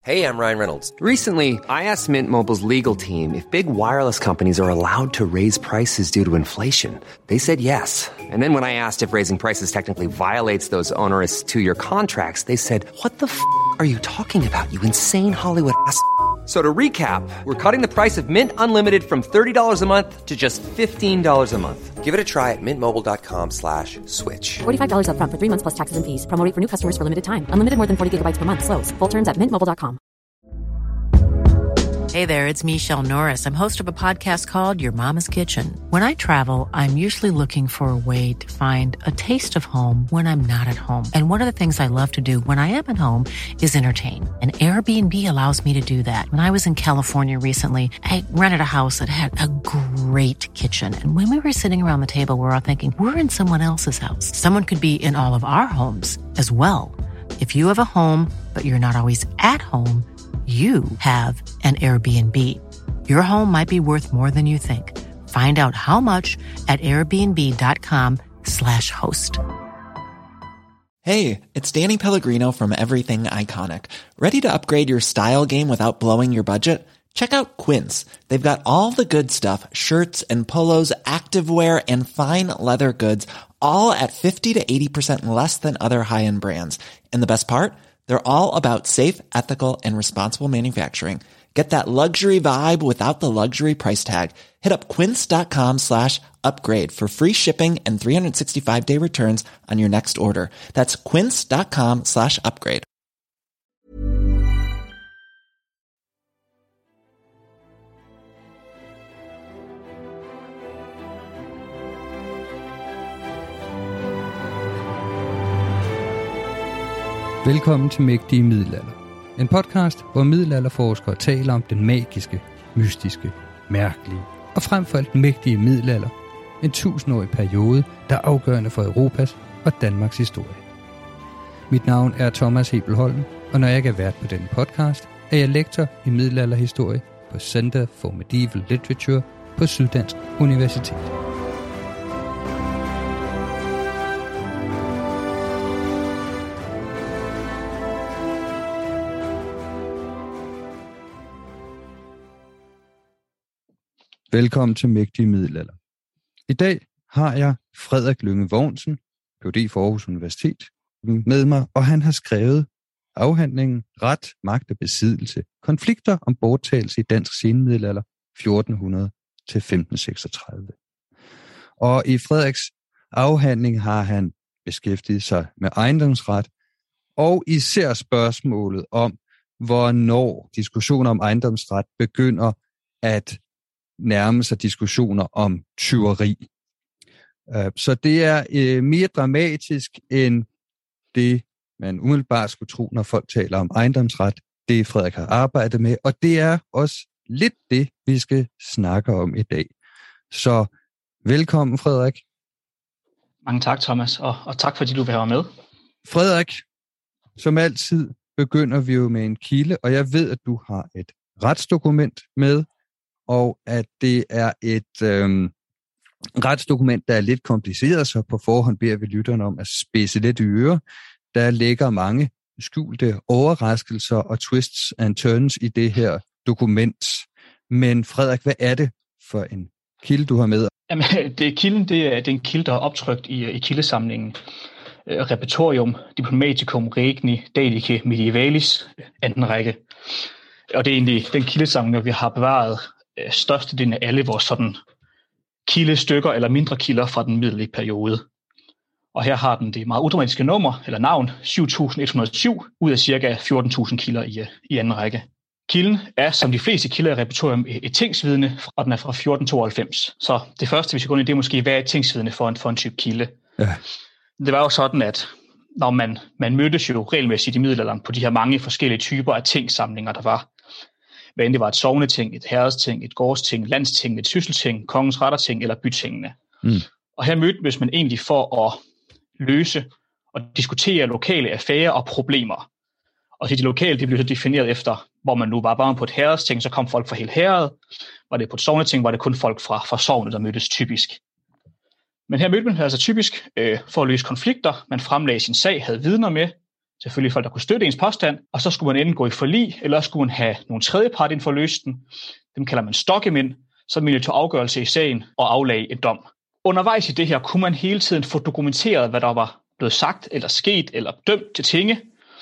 Hey, I'm Ryan Reynolds. Recently, I asked Mint Mobile's legal team if big wireless companies are allowed to raise prices due to inflation. They said yes. And then when I asked if raising prices technically violates those onerous two-year contracts, they said, "What the are you talking about, you insane Hollywood ass?" So to recap, we're cutting the price of Mint Unlimited from $30 a month to just $15 a month. Give it a try at mintmobile.com/switch. $45 up front for 3 months plus taxes and fees. Promo rate for new customers for limited time. Unlimited more than 40 gigabytes per month. Slows full terms at mintmobile.com. Hey there, it's Michelle Norris. I'm host of a podcast called Your Mama's Kitchen. When I travel, I'm usually looking for a way to find a taste of home when I'm not at home. And one of the things I love to do when I am at home is entertain. And Airbnb allows me to do that. When I was in California recently, I rented a house that had a great kitchen. And when we were sitting around the table, we were all thinking, we're in someone else's house. Someone could be in all of our homes as well. If you have a home, but you're not always at home, you have an Airbnb. Your home might be worth more than you think. Find out how much at airbnb.com/host. Hey, it's Danny Pellegrino from Everything Iconic. Ready to upgrade your style game without blowing your budget? Check out Quince. They've got all the good stuff, shirts and polos, activewear, and fine leather goods, all at 50 to 80% less than other high-end brands. And the best part? They're all about safe, ethical, and responsible manufacturing. Get that luxury vibe without the luxury price tag. Hit up quince.com/upgrade for free shipping and 365-day returns on your next order. That's quince.com/upgrade. Velkommen til Mægtige Middelalder. En podcast, hvor middelalderforskere taler om den magiske, mystiske, mærkelige og frem for alt mægtige middelalder. En 1000-årig periode, der er afgørende for Europas og Danmarks historie. Mit navn er Thomas Hebelholm, og når jeg ikke er vært på denne podcast, er jeg lektor i middelalderhistorie på Center for Medieval Literature på Syddansk Universitet. Velkommen til Mægtige Middelalder. I dag har jeg Frederik Lynge Vognsen, Ph.D. fra Aarhus Universitet, med mig, og han har skrevet afhandlingen Ret, magt og besiddelse. Konflikter om borttagelse i dansk senmiddelalder 1400 til 1536. Og i Frederiks afhandling har han beskæftiget sig med ejendomsret, og især spørgsmålet om, hvornår diskussioner om ejendomsret begynder at nærme sig diskussioner om tyveri. Så det er mere dramatisk end det, man umiddelbart skulle tro, når folk taler om ejendomsret. Det Frederik har arbejdet med, og det er også lidt det, vi skal snakke om i dag. Så velkommen, Frederik. Mange tak, Thomas, og tak fordi du vil have med. Frederik, som altid begynder vi jo med en kilde, og jeg ved, at du har et retsdokument med, og at det er et retsdokument, der er lidt kompliceret, så på forhånd beder vi lytterne om at spidse lidt i ører. Der ligger mange skjulte overraskelser og twists and turns i det her dokument. Men Frederik, hvad er det for en kilde, du har med? Jamen, det er en kilde, der er optrykt i kildesamlingen Repertorium Diplomaticum Regni Daticae Medievalis, anden række. Og det er egentlig den kildesamling, hvor vi har bevaret størstedelen af alle vores sådan kildestykker eller mindre kilder fra den middelalderlige periode. Og her har den det meget udramatiske nummer, eller navn, 7107, ud af ca. 14.000 kilder i anden række. Kilden er, som de fleste kilder i Repertorium, et tingsvidne, og den er fra 1492. Så det første, vi skal gå ind i, det er måske, hvad er et tingsvidne for en type kilde? Ja. Det var jo sådan, at når man mødtes jo regelmæssigt i middelalderen på de her mange forskellige typer af tingssamlinger, der var. Hvad end det var et sogneting, et herredsting, et gårdsting, landsting, et sysselting, kongens retterting eller bytingene. Og her mødtes man egentlig for at løse og diskutere lokale affærer og problemer. Og de lokale, de blev så defineret efter, hvor man nu var bare på et herredsting, så kom folk fra hele herredet. Var det på et sogneting, var det kun folk fra sognet, der mødtes typisk. Men her mødte man altså typisk for at løse konflikter. Man fremlagde sin sag, havde vidner med, selvfølgelig folk, der kunne støtte ens påstand, og så skulle man enten gå i forlig, eller også skulle man have nogle tredjepart inden for at løse den. Dem kalder man stokkemænd, som ville tage afgørelse i sagen og aflagde en dom. Undervejs i det her kunne man hele tiden få dokumenteret, hvad der var blevet sagt, eller sket, eller dømt til tinge.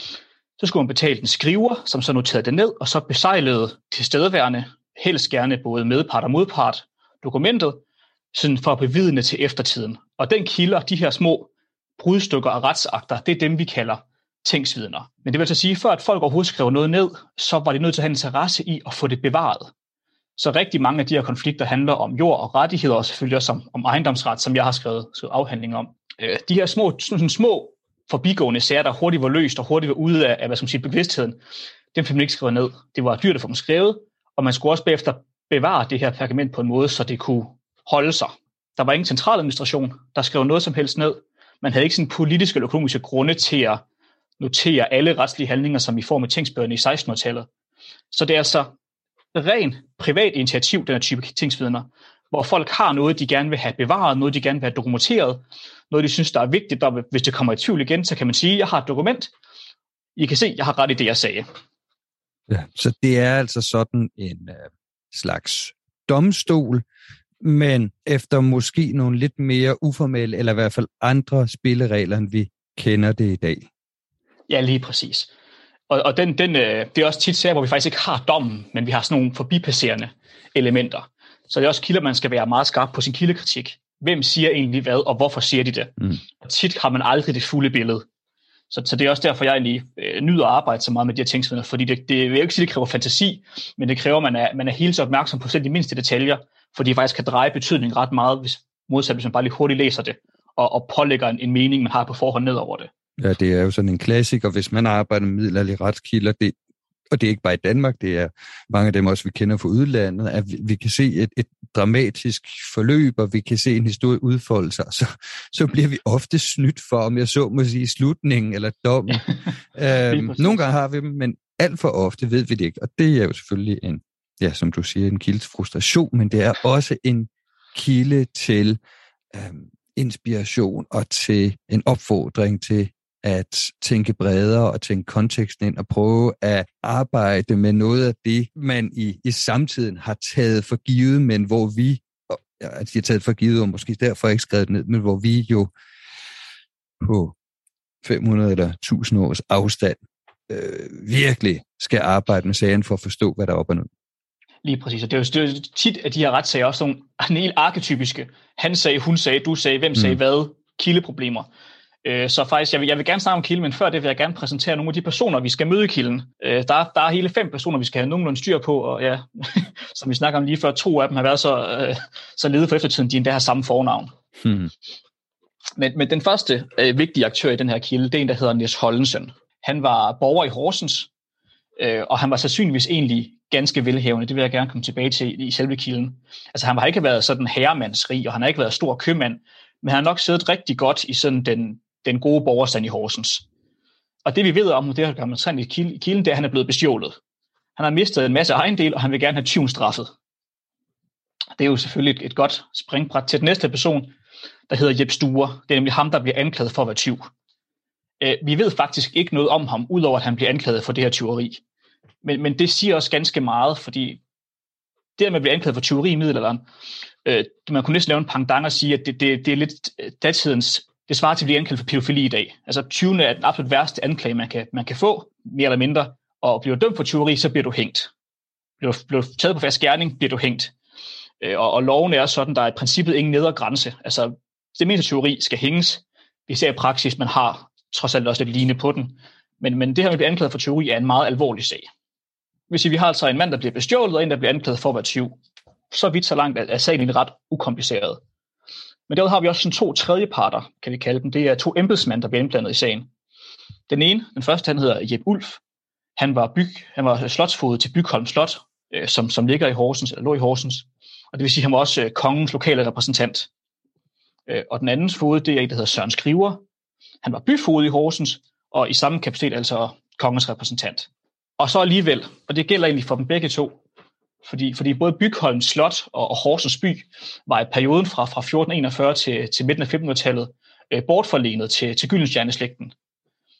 Så skulle man betale en skriver, som så noterede det ned, og så besejlede tilstedeværende, helst gerne både medpart og modpart, dokumentet, sådan for at bevidne til eftertiden. Og den kilder, de her små brudstykker af retsakter, det er dem, vi kalder tingsvidner. Men det vil så sige, før at folk overhovedet skrev noget ned, så var de nødt til at have interesse i at få det bevaret. Så rigtig mange af de her konflikter handler om jord og rettigheder, og selvfølgelig også om ejendomsret, som jeg har skrevet afhandling om. De her små forbigående sager, der hurtigt var løst og hurtigt var ude af bevidstheden, dem fik man ikke skrevet ned. Det var dyrt at få dem skrevet, og man skulle også bagefter bevare det her pergament på en måde, så det kunne holde sig. Der var ingen centraladministration, der skrev noget som helst ned. Man havde ikke sådan politiske eller økonomiske grunde til at notere alle retslige handlinger, som vi får med tingsbøgerne i 1600-tallet. Så det er altså ren privat initiativ, den her type tingsvidner, hvor folk har noget, de gerne vil have bevaret, noget, de gerne vil have dokumenteret, noget, de synes, der er vigtigt, og hvis det kommer i tvivl igen, så kan man sige, jeg har et dokument, I kan se, jeg har ret i det, jeg sagde. Ja, så det er altså sådan en slags domstol, men efter måske nogle lidt mere uformelle, eller i hvert fald andre spilleregler, end vi kender det i dag. Ja, lige præcis. Og det er også tit sager, hvor vi faktisk ikke har dommen, men vi har sådan nogle forbipasserende elementer. Så det er også kilder, man skal være meget skarp på sin kildekritik. Hvem siger egentlig hvad, og hvorfor siger de det? Og tit har man aldrig det fulde billede. Så det er også derfor, jeg egentlig nyder at arbejde så meget med de her tingsvidner, fordi det vil ikke sige, det kræver fantasi, men det kræver, at man er helt så opmærksom på selv de mindste detaljer, fordi det faktisk kan dreje betydning ret meget, hvis man bare lige hurtigt læser det, og pålægger en mening, man har på forhånd ned over det. Ja, det er jo sådan en klassiker, hvis man arbejder med middelalderlige retskilder, og det er ikke bare i Danmark, det er mange af dem også, vi kender fra udlandet, at vi kan se et dramatisk forløb, og vi kan se en historie udfolde sig, så bliver vi ofte snydt for, om jeg så må sige, slutningen eller dommen. Nogle gange har vi dem, men alt for ofte ved vi det ikke, og det er jo selvfølgelig som du siger, en kilde til frustration, men det er også en kilde til inspiration og til en opfordring til at tænke bredere og tænke konteksten ind og prøve at arbejde med noget af det, man i samtiden har taget for givet, men hvor vi, de har taget for givet og måske derfor ikke skrevet ned, men hvor vi jo på 500 eller 1000 års afstand virkelig skal arbejde med sagen for at forstå, hvad der er op og ned. Lige præcis, og det er jo tit, at de her retssager også nogle helt arketypiske. Han sagde, hun sagde, du sagde, hvem sagde hvad, kildeproblemer. Så faktisk, jeg vil gerne snakke om kilden, men før det vil jeg gerne præsentere nogle af de personer, vi skal møde i kilden. Der er hele 5 personer, vi skal have nogenlunde styr på, og ja, som vi snakker om lige før, 2 af dem har været så lede for eftertiden, de endda har samme fornavn. Men den første vigtige aktør i den her kilde, det er en, der hedder Niels Hollensen. Han var borger i Horsens, og han var sandsynligvis egentlig ganske velhavende. Det vil jeg gerne komme tilbage til i selve kilden. Altså han har ikke været sådan herremandsrig, og han har ikke været stor købmand, men han har nok siddet rigtig godt i sådan den gode borgerstand i Horsens. Og det vi ved om, det har man sådan i kilden, det er, at han er blevet bestjålet. Han har mistet en masse ejendel, og han vil gerne have tyven straffet. Det er jo selvfølgelig et godt springbræt til den næste person, der hedder Jeb Sture. Det er nemlig ham, der bliver anklaget for at være tyv. Vi ved faktisk ikke noget om ham, udover at han bliver anklaget for det her tyveri. Men det siger også ganske meget, fordi det med at blive anklaget for tyveri i middelalderen, man kunne næsten lave en pendant og sige, at det er lidt datidens, det svarer til at blive anklaget for pædofili i dag. Altså tyvene er den absolut værste anklage, man kan få, mere eller mindre, og bliver dømt for tyveri, så bliver du hængt. Bliver taget på fast gerning, bliver du hængt. Og loven er sådan, der er i princippet ingen nedre grænse. Altså det mindste tyveri skal hænges. Vi ser i praksis, man har trods alt også lidt lignende på den. Men det her med at blive anklaget for tyveri er en meget alvorlig sag. Hvis vi har altså en mand, der bliver bestjålet, og en, der bliver anklaget for at være tyv, så vidt så langt er sagen egentlig ret ukompliceret. Men derudover har vi også sådan 2 tredjeparter, kan vi kalde dem. Det er 2 embedsmænd, der bliver indblandet i sagen. Den første, han hedder Jeb Ulf. Han var slotsfoged til Bygholm Slot, som ligger i Horsens, eller lå i Horsens. Og det vil sige, at han var også kongens lokale repræsentant. Og den andens foged, det er en, der hedder Søren Skriver. Han var byfoged i Horsens, og i samme kapacitet altså kongens repræsentant. Og så alligevel, og det gælder egentlig for dem begge to, fordi både Bygholm Slot og Horsens by var i perioden fra 1441 til midten af 1500-tallet bortforlenet til Gyldenstjerneslægten.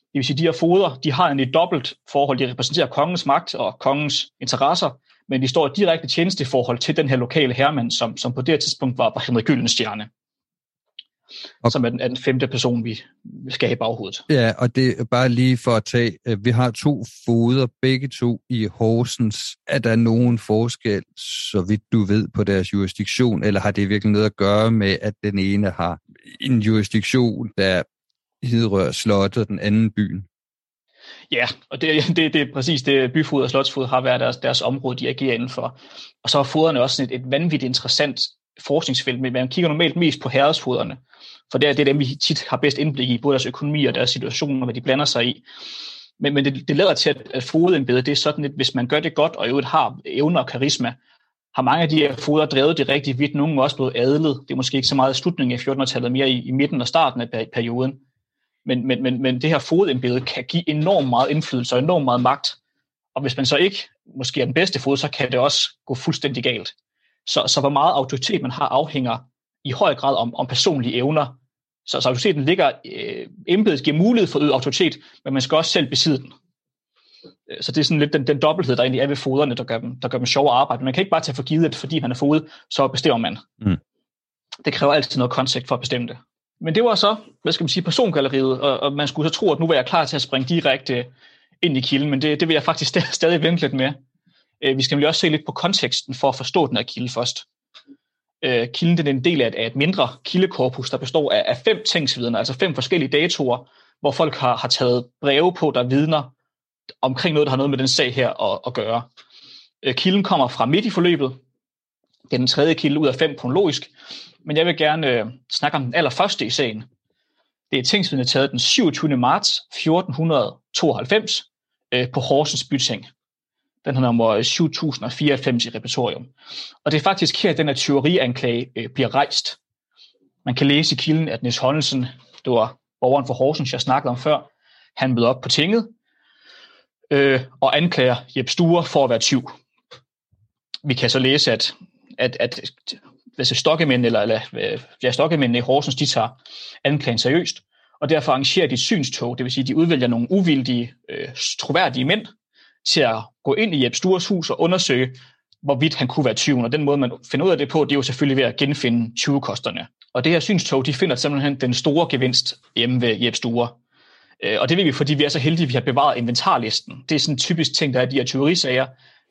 Det vil sige, de her foder, de har en dobbelt forhold. De repræsenterer kongens magt og kongens interesser, men de står i direkte tjenesteforhold til den her lokale herremand, som på det her tidspunkt var Henrik Gyldenstierne. Som er den 5. person, vi skal have i baghovedet. Ja, og det er bare lige for at tage, vi har 2 foder, begge 2 i Horsens. Er der nogen forskel, så vidt du ved, på deres jurisdiktion, eller har det virkelig noget at gøre med, at den ene har en jurisdiktion, der hidrører slottet, og den anden byen? Ja, og det er præcis det, byfoged og slotsfoged har været deres område, de agerer indenfor. Og så er foderne også et vanvittigt interessant forskningsfelt, men man kigger normalt mest på herredsfoderne, for det er dem, vi tit har bedst indblik i, både deres økonomi og deres situationer, hvad de blander sig i. Men det lader til, at fogedembedet, det er sådan, at hvis man gør det godt, og i øvrigt har evner og karisma, har mange af de her foder drevet det rigtig vidt. Nogle er også blevet adlet. Det er måske ikke så meget i slutningen af 1400-tallet, mere i midten og starten af perioden. Men det her fogedembede kan give enormt meget indflydelse og enormt meget magt. Og hvis man så ikke måske er den bedste foged, så kan det også gå fuldstændig galt. Så hvor meget autoritet man har, afhænger i høj grad om personlige evner. Så autoriteten ligger, embedet giver mulighed for øget autoritet, men man skal også selv besidde den. Så det er sådan lidt den dobbelthed, der egentlig er ved foderne, der gør dem sjove at arbejde. Man kan ikke bare tage for givet, at fordi man er foged, så bestemmer man. Mm. Det kræver altid noget kontekst for at bestemme det. Men det var så, persongalleriet, og man skulle så tro, at nu var jeg klar til at springe direkte ind i kilden, men det vil jeg faktisk stadig vente lidt med. Vi skal også se lidt på konteksten for at forstå den her kilde først. Kilden det er en del af et mindre kildekorpus, der består af 5 tekstvidner, altså 5 forskellige datoer, hvor folk har taget breve på, der vidner omkring noget, der har noget med den sag her at gøre. Kilden kommer fra midt i forløbet. Det er den 3. kilde ud af 5 kronologisk, men jeg vil gerne snakke om den allerførste i sagen. Det er tekstvidnet taget den 27. marts 1492 på Horsens byting. Den har nummer 7094 i repertorium. Og det er faktisk her, at den her tyverianklage bliver rejst. Man kan læse i kilden, at Niels Honnelsen, det var borgeren for Horsens, jeg snakkede om før, han møder op på tinget og anklager Jeb Sture for at være tyv. Vi kan så læse, at stokkemændene i Horsens, de tager anklagen seriøst, og derfor arrangerer de et synstog, det vil sige, de udvælger nogle uvildige, troværdige mænd, til at gå ind i Jeb Stures hus og undersøge, hvorvidt han kunne være tyven. Og den måde, man finder ud af det på, det er jo selvfølgelig ved at genfinde tyvekosterne. Og det her synstog, de finder simpelthen den store gevinst hjemme ved Jeb Sture. Og det vil vi, fordi vi er så heldige, at vi har bevaret inventarlisten. Det er sådan en typisk ting, der er de her tyverisager,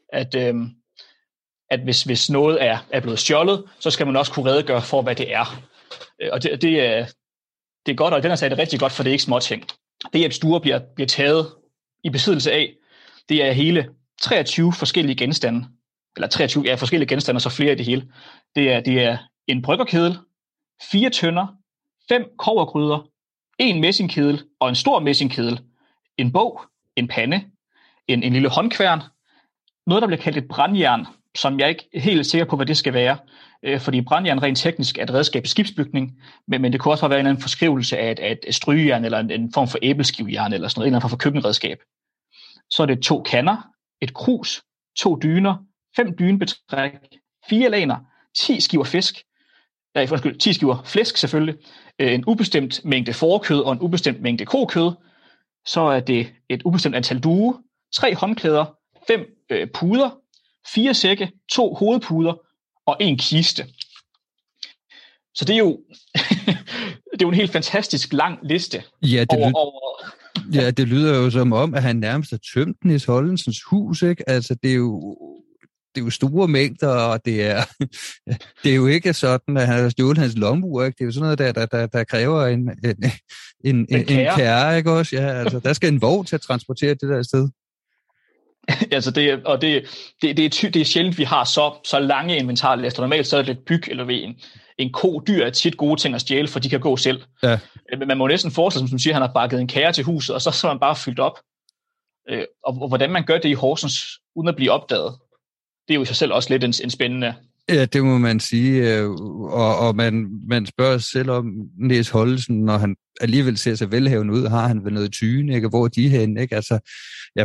at hvis noget er blevet stjålet, så skal man også kunne redegøre for, hvad det er. Og det er godt, og i den her sag er det rigtig godt, for det er ikke småting. Det Jeb Sture bliver taget i besiddelse af, det er hele 23 forskellige genstande, eller 23 forskellige genstande, så flere i det hele. Det er en bryggerkedel, 4 tønder, 5 kobbergryder, 1 messingkedel og en stor messingkedel, en bog, en pande, en lille håndkværn, noget, der bliver kaldt et brandjern, som jeg ikke er helt sikker på, hvad det skal være, fordi brandjern rent teknisk er et redskab i skibsbygning, men det kunne også være en anden forskrivelse af et strygejern, eller en form for æbleskivejern, eller sådan noget, en eller anden form for køkkenredskab. Så er det 2 kander, et krus, 2 dyner, 5 dynebetræk, 4 laner, 10 skiver fisk, 10 skiver flæsk selvfølgelig, en ubestemt mængde fårekød og en ubestemt mængde kokød. Så er det et ubestemt antal duge, 3 håndklæder, 5 puder, 4 sække, 2 hovedpuder og 1 kiste. Så det er jo, det er jo en helt fantastisk lang liste over Ja, det lyder jo som om, at han nærmest har tømt Niels Hollensens hus, ikke? Altså, det er jo store mængder, og det er jo ikke sådan, at han har stjålet hans lommeur, ikke? Det er jo sådan noget, der kræver en kære, ikke også? Ja, altså, der skal en vogn til at transportere det der sted. Altså, det er sjældent, vi har så lange inventarlister. Normalt så er det et byg eller ved en ko. Dyr er tit gode ting at stjæle, for de kan gå selv. Ja. Men man må næsten forestille sig, som siger, at han har bakket en kære til huset, og så er man bare fyldt op. Og hvordan man gør det i Horsens, uden at blive opdaget, det er jo i sig selv også lidt en spændende... Ja, det må man sige. Og man spørger sig selv om Niels Hollesen, når han alligevel ser sig velhavende ud, har han vel noget tyne, ikke? Hvor er de henne, ikke? Altså, ja,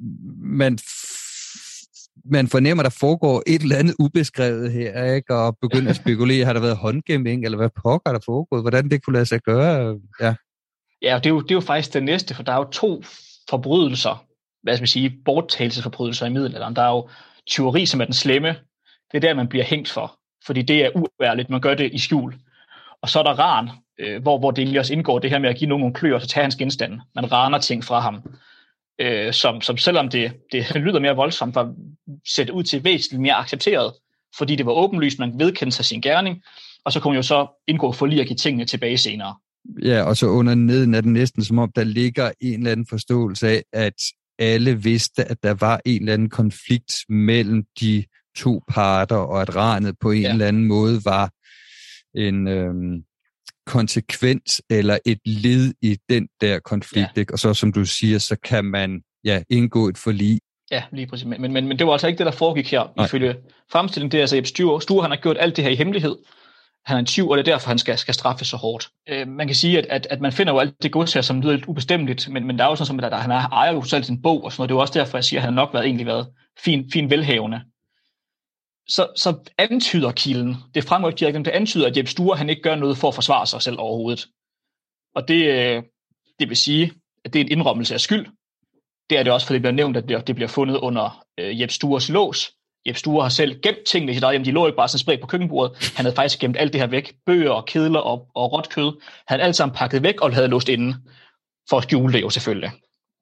man fornemmer, der foregår et eller andet ubeskrevet her, ikke? Og begynder at spekulere, har der været håndgemming, eller hvad pokker der foregået? Hvordan det kunne lade sig gøre? Ja. Ja, og det er jo faktisk det næste, for der er jo 2 forbrydelser, hvad skal man sige, borttagelsesforbrydelser i middelalderen. Der er jo tyveri, som er den slemme. Det er der, man bliver hængt for, fordi det er uærligt, man gør det i skjul. Og så er der ran, hvor det egentlig også indgår det her med at give nogen nogle kløer, og så tage hans genstande. Man raner ting fra ham, som selvom det lyder mere voldsomt, var set ud til væsentligt mere accepteret, fordi det var åbenlyst, man vedkendte sig sin gerning, og så kunne man jo så indgå for lige at give tingene tilbage senere. Ja, og så under neden er det næsten som om, der ligger en eller anden forståelse af, at alle vidste, at der var en eller anden konflikt mellem de 2 parter, og at ranet på en eller anden måde var en konsekvens eller et led i den der konflikt. Ja. Og så som du siger, så kan man indgå et forlig. Ja, lige præcis. Men det var altså ikke det, der foregik her. Ifølge fremstillingen, det er altså Jeb Sture, han har gjort alt det her i hemmelighed. Han er en tyv, og det er derfor, han skal straffe så hårdt. Man kan sige, at man finder jo alt det gods her, som lyder lidt ubestemmeligt, men der er jo sådan, som at han ejer jo selv sin bog, og sådan noget. Det er jo også derfor, jeg siger, at han har nok egentlig været fin velhavende. Så antyder kilden, det fremgår ikke direkte, det antyder, at Jeb Sture, han ikke gør noget for at forsvare sig selv overhovedet. Og det vil sige, at det er en indrømmelse af skyld. Det er det også, for det bliver nævnt, at det bliver fundet under Jeb Stures lås. Jeb Sture har selv gemt tingene i sit eget hjem. De lå ikke bare sådan spredt på køkkenbordet. Han havde faktisk gemt alt det her væk. Bøger og kedler og råt kød. Han havde alt sammen pakket væk og havde låst inde. For at skjule det jo selvfølgelig.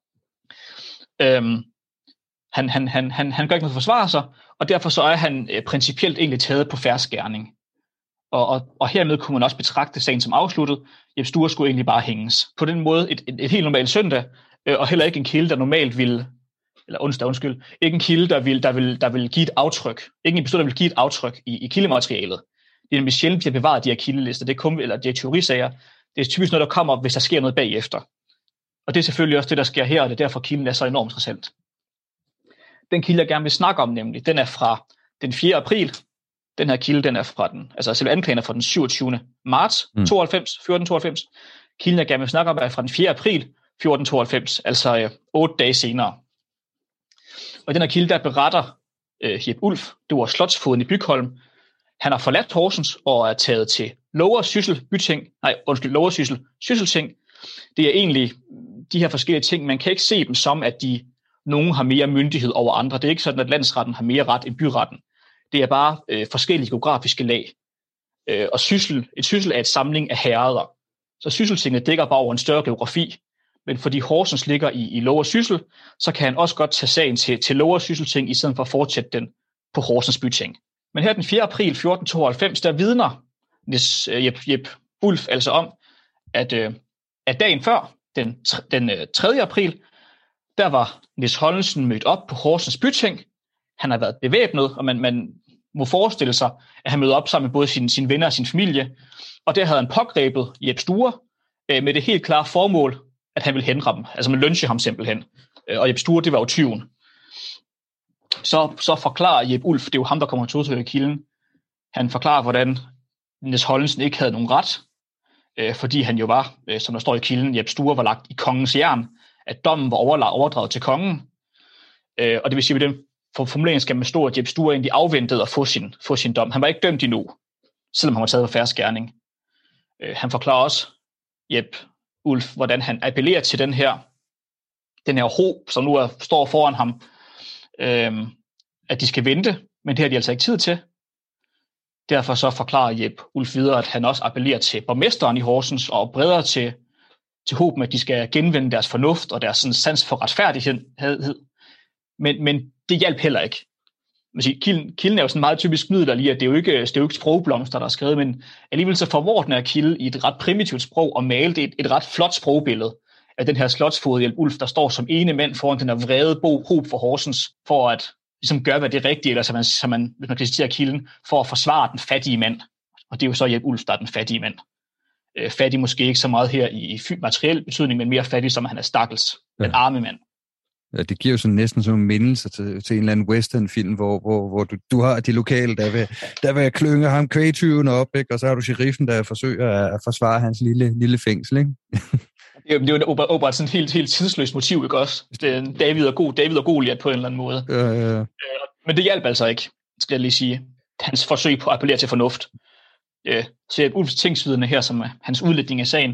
Han gør ikke noget for at forsvare sig, og derfor så er han principielt egentlig taget på fersk gerning. Og hermed kunne man også betragte sagen som afsluttet. Jeb Sture skulle egentlig bare hænges. På den måde et helt normalt søndag, og heller ikke en kilde, der normalt ville, eller onsdag, ikke en kilde, der vil give et aftryk. Ikke en episode, der vil give et aftryk i kildematerialet. Det er nemlig sjældent, de har bevaret de her kildelister. Det er kun, eller de her teorisager. Det er typisk noget, der kommer, hvis der sker noget bagefter. Og det er selvfølgelig også det, der sker her, og det er derfor, kilden er så enormt interessant. Den kilde, jeg gerne vil snakke om nemlig, den er fra den 4. april. Den her kilde, den er fra selve anklagen er fra den 27. marts 1492. Kilden, jeg gerne vil snakke om, er fra den 4. april 1492, altså 8 dage senere. Og den her kilde, der beretter Jeb Ulf, det var slotsfoden i Bygholm. Han har forladt Horsens og er taget til Lower Sysselting. Det er egentlig de her forskellige ting, man kan ikke se dem som, at nogen har mere myndighed over andre. Det er ikke sådan, at landsretten har mere ret end byretten. Det er bare forskellige geografiske lag. Og et syssel er et samling af herreder. Så Sysseltinget dækker bare over en større geografi. Men fordi Horsens ligger i Lower Syssel, så kan han også godt tage sagen til Lower Sysselting, i stedet for at fortsætte den på Horsens byting. Men her den 4. april 1492, der vidner Jeb Ulf altså om, at dagen før, den 3. april, der var Niels Hollensen mødt op på Horsens byting. Han har været bevæbnet, og man må forestille sig, at han møder op sammen med både sine venner og sin familie. Og der havde han pågrebet Jeb Sture med det helt klare formål, at han ville henrette ham. Altså man lynche ham simpelthen. Og Jeb Sture, det var jo tyven. Så forklarer Jeb Ulf, det er jo ham, der kommer til udtryk i kilden. Han forklarer, hvordan Niels Hollensen ikke havde nogen ret, fordi han jo var, som der står i kilden, Jeb Sture var lagt i kongens jern, at dommen var overdraget til kongen. Og det vil sige, at den formulering skal man stå, at Jeb Sture egentlig afventede at få sin dom. Han var ikke dømt endnu, selvom han var taget på fersk gerning. Han forklarer også, Jeb Ulf, hvordan han appellerer til den her hob, som nu står foran ham, at de skal vente, men det har de altså ikke tid til. Derfor så forklarer Jeb Ulf videre, at han også appellerer til borgmesteren i Horsens og bredere til håben, at de skal genvinde deres fornuft og deres sådan, sans for retfærdighed. Men det hjalp heller ikke. Kilden er jo sådan meget typisk middelalderlig, at det er jo ikke sprogblomster, der er skrevet, men alligevel så formår den her kilde i et ret primitivt sprog og male et ret flot sprogbillede af den her slotsfoged Jeb Ulf, der står som ene mand foran den her vrede hob for Horsens, for at ligesom gøre, hvad det er rigtigt, eller som man, hvis man kan citere kilden, for at forsvare den fattige mand. Og det er jo så Jeb Ulf, der er den fattige mand. Fattig måske ikke så meget her i materiel betydning, men mere fattig, som han er stakkels, den arme mand. Ja, det giver jo sådan næsten sådan en mindelse til en eller anden westernfilm, hvor du har de lokale, der vil klynge ham kvægtyven op, ikke? Og så har du sheriffen, der forsøger at forsvare hans lille fængsel, ikke? Det er jo åbenbart sådan et helt tidsløst motiv, ikke også? Det er David og Goliat på en eller anden måde. Ja. Men det hjalp altså ikke, skal jeg lige sige. Hans forsøg på at appellere til fornuft. Så Jeb Ulfs tingsvidne her, som er hans udlægning af sagen,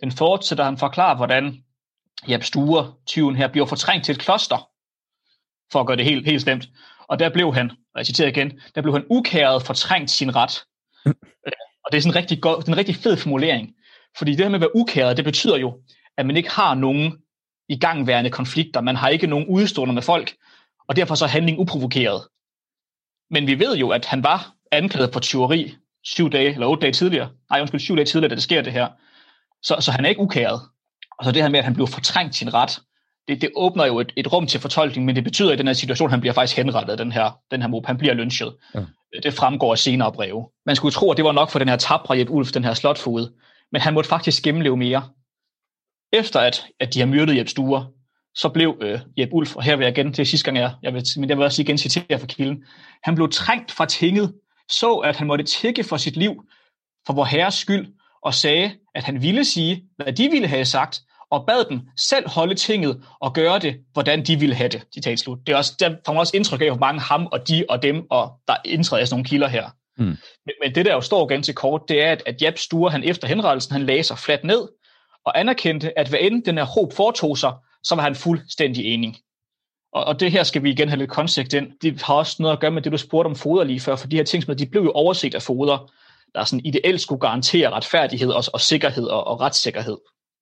Den fortsætter, han forklarer, hvordan Jeb Sture, tyven her, bliver fortrængt til et kloster, for at gøre det helt slemt. Og der blev han, og jeg citerer igen, der blev han ukæret fortrængt sin ret. Og det er sådan en rigtig fed formulering. Fordi det her med at være ukæret, det betyder jo, at man ikke har nogen igangværende konflikter. Man har ikke nogen udstående med folk, og derfor så er handlingen uprovokeret. Men vi ved jo, at han var anklaget for tyveri 7 dage tidligere, da det sker det her. Så han er ikke ukæret. Og så det her med, at han blev fortrængt sin ret, det åbner jo et rum til fortolkning, men det betyder i den her situation, at han bliver faktisk henrettet af den her mob. Han bliver lynchet. Ja. Det fremgår af senere breve. Man skulle tro, at det var nok for den her tapre Jeb Ulf, den her slotfoged, men han måtte faktisk gennemleve mere. Efter at de har myrdet Jeb Sture, så blev Jeb Ulf, og her vil jeg igen til sidste gang, jeg vil også igen citere fra kilden, han blev trængt fra tinget, så at han måtte tikke for sit liv, for vor herres skyld, og sagde, at han ville sige, hvad de ville have sagt, og bad dem selv holde tinget og gøre det, hvordan de ville have det. Citat slut. Det er også, der får man også indtryk af, hvor mange ham og de og dem, og der indtræder sådan nogle kilder her. Men det der jo står ganske kort, det er, at Jeb Sture, han efter henrettelsen, han lagde sig fladt ned, og anerkendte, at hvad end den her hob foretog sig, så var han fuldstændig enig. Og det her skal vi igen have lidt koncept ind. Det har også noget at gøre med det, du spurgte om Foder lige før, for de her ting, de blev jo overset af Foder, der sådan ideelt skulle garantere retfærdighed og sikkerhed og retssikkerhed.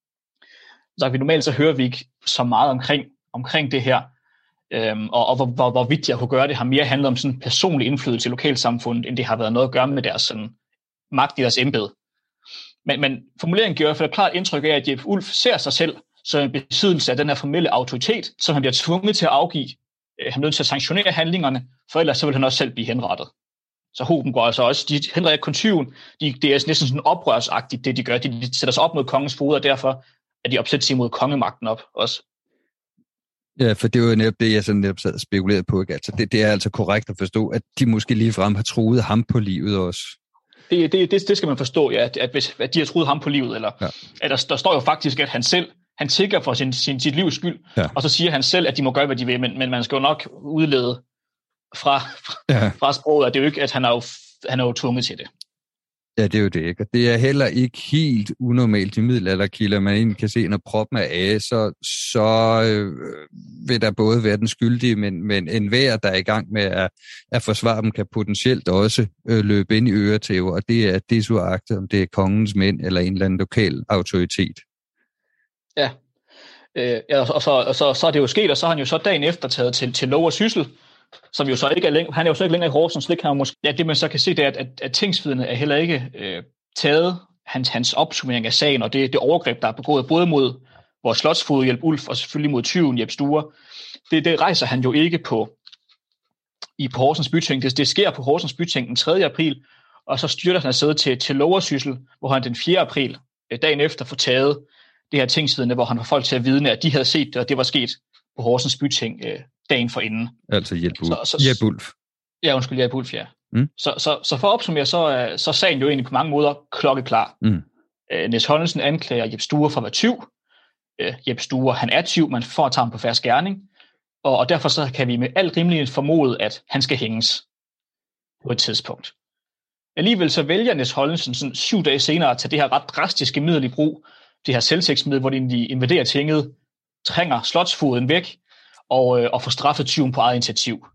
Så normalt så hører vi ikke så meget omkring det her, og hvorvidt jeg kunne gøre det, har mere handlet om sådan personlig indflydelse i lokalsamfundet, end det har været noget at gøre med deres sådan, magt i deres embede. Men formuleringen gør i hvert fald et klart indtryk af, at Jeb Ulf ser sig selv som en besiddelse af den her formelle autoritet, som han bliver tvunget til at afgive. Han er nødt til at sanktionere handlingerne, for ellers så vil han også selv blive henrettet. Så hoben går altså også, de henretter kun tyven, det er næsten sådan oprørsagtigt, det de gør. De sætter sig op mod kongens foged, og derfor er de opsat sig mod kongemagten op også. Ja, for det var jo netop det, jeg sådan netop sad og spekulerede på. Ikke? Altså, det er altså korrekt at forstå, at de måske ligefrem har truet ham på livet også. Det skal man forstå, ja, at de har truet ham på livet, eller ja. At der står jo faktisk, at han tigger for sit livs skyld, ja. Og så siger han selv, at de må gøre, hvad de vil, men man skal jo nok udlede fra sproget, at det er jo ikke, at han er jo tvunget til det. Ja, det er jo det, ikke? Og det er heller ikke helt unormalt i middelalderkilder. Man egentlig kan se, når proppen er af, så vil der både være den skyldige, men enhver, der er i gang med at forsvare dem, kan potentielt også løbe ind i øretæver, og det er desuagtet, om det er kongens mænd eller en eller anden lokal autoritet. Ja, og så er det jo sket, og så har han jo så dagen efter taget til lov og syssel, som jo så ikke er længere, han er jo så ikke længere i Horsens, det kan han måske, ja, det man så kan se, det er, at tingsvidnet er heller ikke taget hans opsummering af sagen, og det overgreb, der er begået, både mod vores slotsfoged Jeb Ulf, og selvfølgelig mod tyven Jeb Sture, det rejser han jo ikke på Horsens byting. Det sker på Horsens byting den 3. april, og så styrter han afsted til lov og syssel, hvor han den 4. april, dagen efter, får taget det her tingsvidne, hvor han får folk til at vidne, at de havde set det, og det var sket på Horsens byting dagen forinden. Altså Jeb Ulf. Ja, undskyld, Jeb Ulf, ja. Så for at opsummere, så er sagen jo egentlig på mange måder klokkeklar. Niels Holmsen anklager Jeb Sture for at være tyv. Jeb Sture, han er tyv, man får at tage ham på færds gerning, og derfor så kan vi med al rimelighed formode, at han skal hænges på et tidspunkt. Alligevel så vælger Niels Holmsen sådan 7 dage senere at tage det her ret drastiske middel i brug, det her selvtægtsmiddel, hvor de invaderer tinget, trænger slotsfogeden væk, og får straffet tyven på eget initiativ.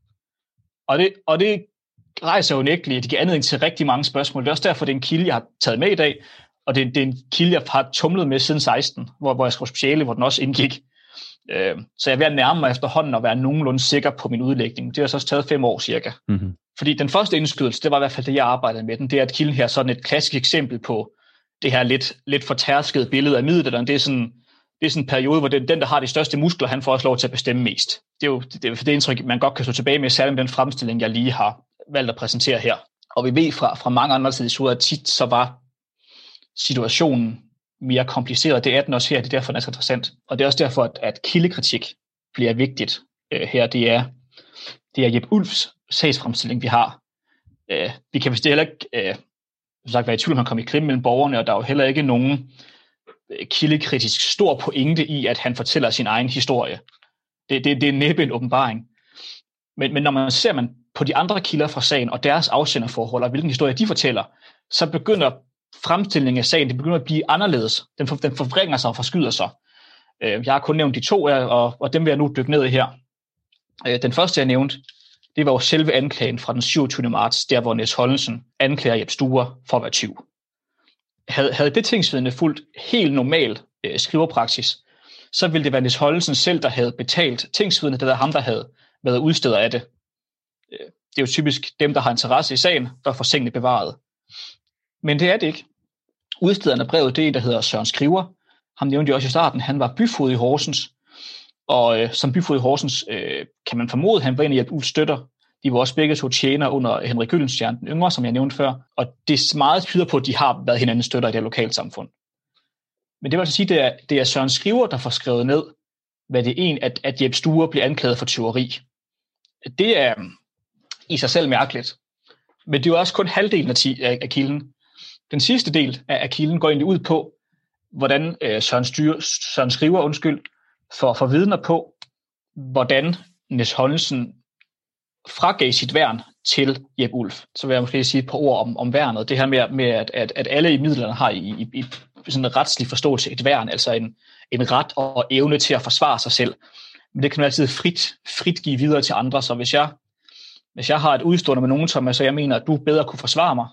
Og det rejser jo nægteligt, det giver anledning til rigtig mange spørgsmål. Det er også derfor, det er en kilde, jeg har taget med i dag, og det er en kilde, jeg har tumlet med siden 16, hvor jeg skrev speciale, hvor den også indgik. Så jeg er ved at nærme mig efterhånden og være nogenlunde sikker på min udlægning. Det har så også taget 5 år cirka. Mm-hmm. Fordi den første indskydelse, det var i hvert fald det, jeg arbejdede med den, det er, at kilden her er sådan et klassisk eksempel på det her lidt fortærskede billede af middelalderen. Det er sådan en periode, hvor den, der har de største muskler, han får også lov til at bestemme mest. Det er jo det indtryk, man godt kan stå tilbage med, særligt med den fremstilling, jeg lige har valgt at præsentere her. Og vi ved fra mange andre tidligere, at tit så var situationen mere kompliceret. Det er den også her, det er derfor, den er så interessant. Og det er også derfor, at kildekritik bliver vigtigt her. Det er Jeb Ulfs sagsfremstilling, vi har. Vi kan vist heller ikke være i tvivl, om han kom i krim mellem borgerne, og der er jo heller ikke nogen kildekritisk stor pointe i, at han fortæller sin egen historie. Det er næppe en åbenbaring. Men når man ser på de andre kilder fra sagen, og deres afsenderforhold, og hvilken historie de fortæller, så begynder fremstillingen af sagen, det begynder at blive anderledes. Den forvrænger sig og forskyder sig. Jeg har kun nævnt de to, og dem vil jeg nu dykke ned i her. Den første, jeg nævnte, det var jo selve anklagen fra den 27. marts, der hvor Niels Hollensen anklager Jeb Sture for at være tyv. Havde det tingsvidne fulgt helt normal skriverpraksis, så ville det være Niels Hollensen selv, der havde betalt tingsvidnet, det var ham, der havde været udsteder af det. Det er jo typisk dem, der har interesse i sagen, der får sengene bevaret. Men det er det ikke. Udstederen af brevet, det er en, der hedder Søren Skriver. Ham nævnte jeg også i starten. Han var byfoged i Horsens. Og som byfoged i Horsens kan man formode, at han var en af Jeb Ulfs støtter. De var også begge to tjener under Henrik Gyldenstierne, den yngre, som jeg nævnte før. Og det er meget tyder på, at de har været hinandens støtter i det lokalsamfund. Men det vil altså sige, at det er Søren Skriver, der får skrevet ned, hvad det er, at Jeb Sture bliver anklaget for tyveri. Det er i sig selv mærkeligt. Men det er jo også kun halvdelen af kilden. Den sidste del af kilden går egentlig ud på, hvordan Søren Skriver for vidner på, hvordan Niels Hollensen fragav sit værn til Jeb Ulf. Så vil jeg måske sige et par ord om værnet. Det her med at alle i midlerne har i sådan en retslig forståelse et værn, altså en ret og evne til at forsvare sig selv. Men det kan man altid frit give videre til andre. Så hvis jeg har et udstående med nogen, som jeg mener, at du bedre kunne forsvare mig,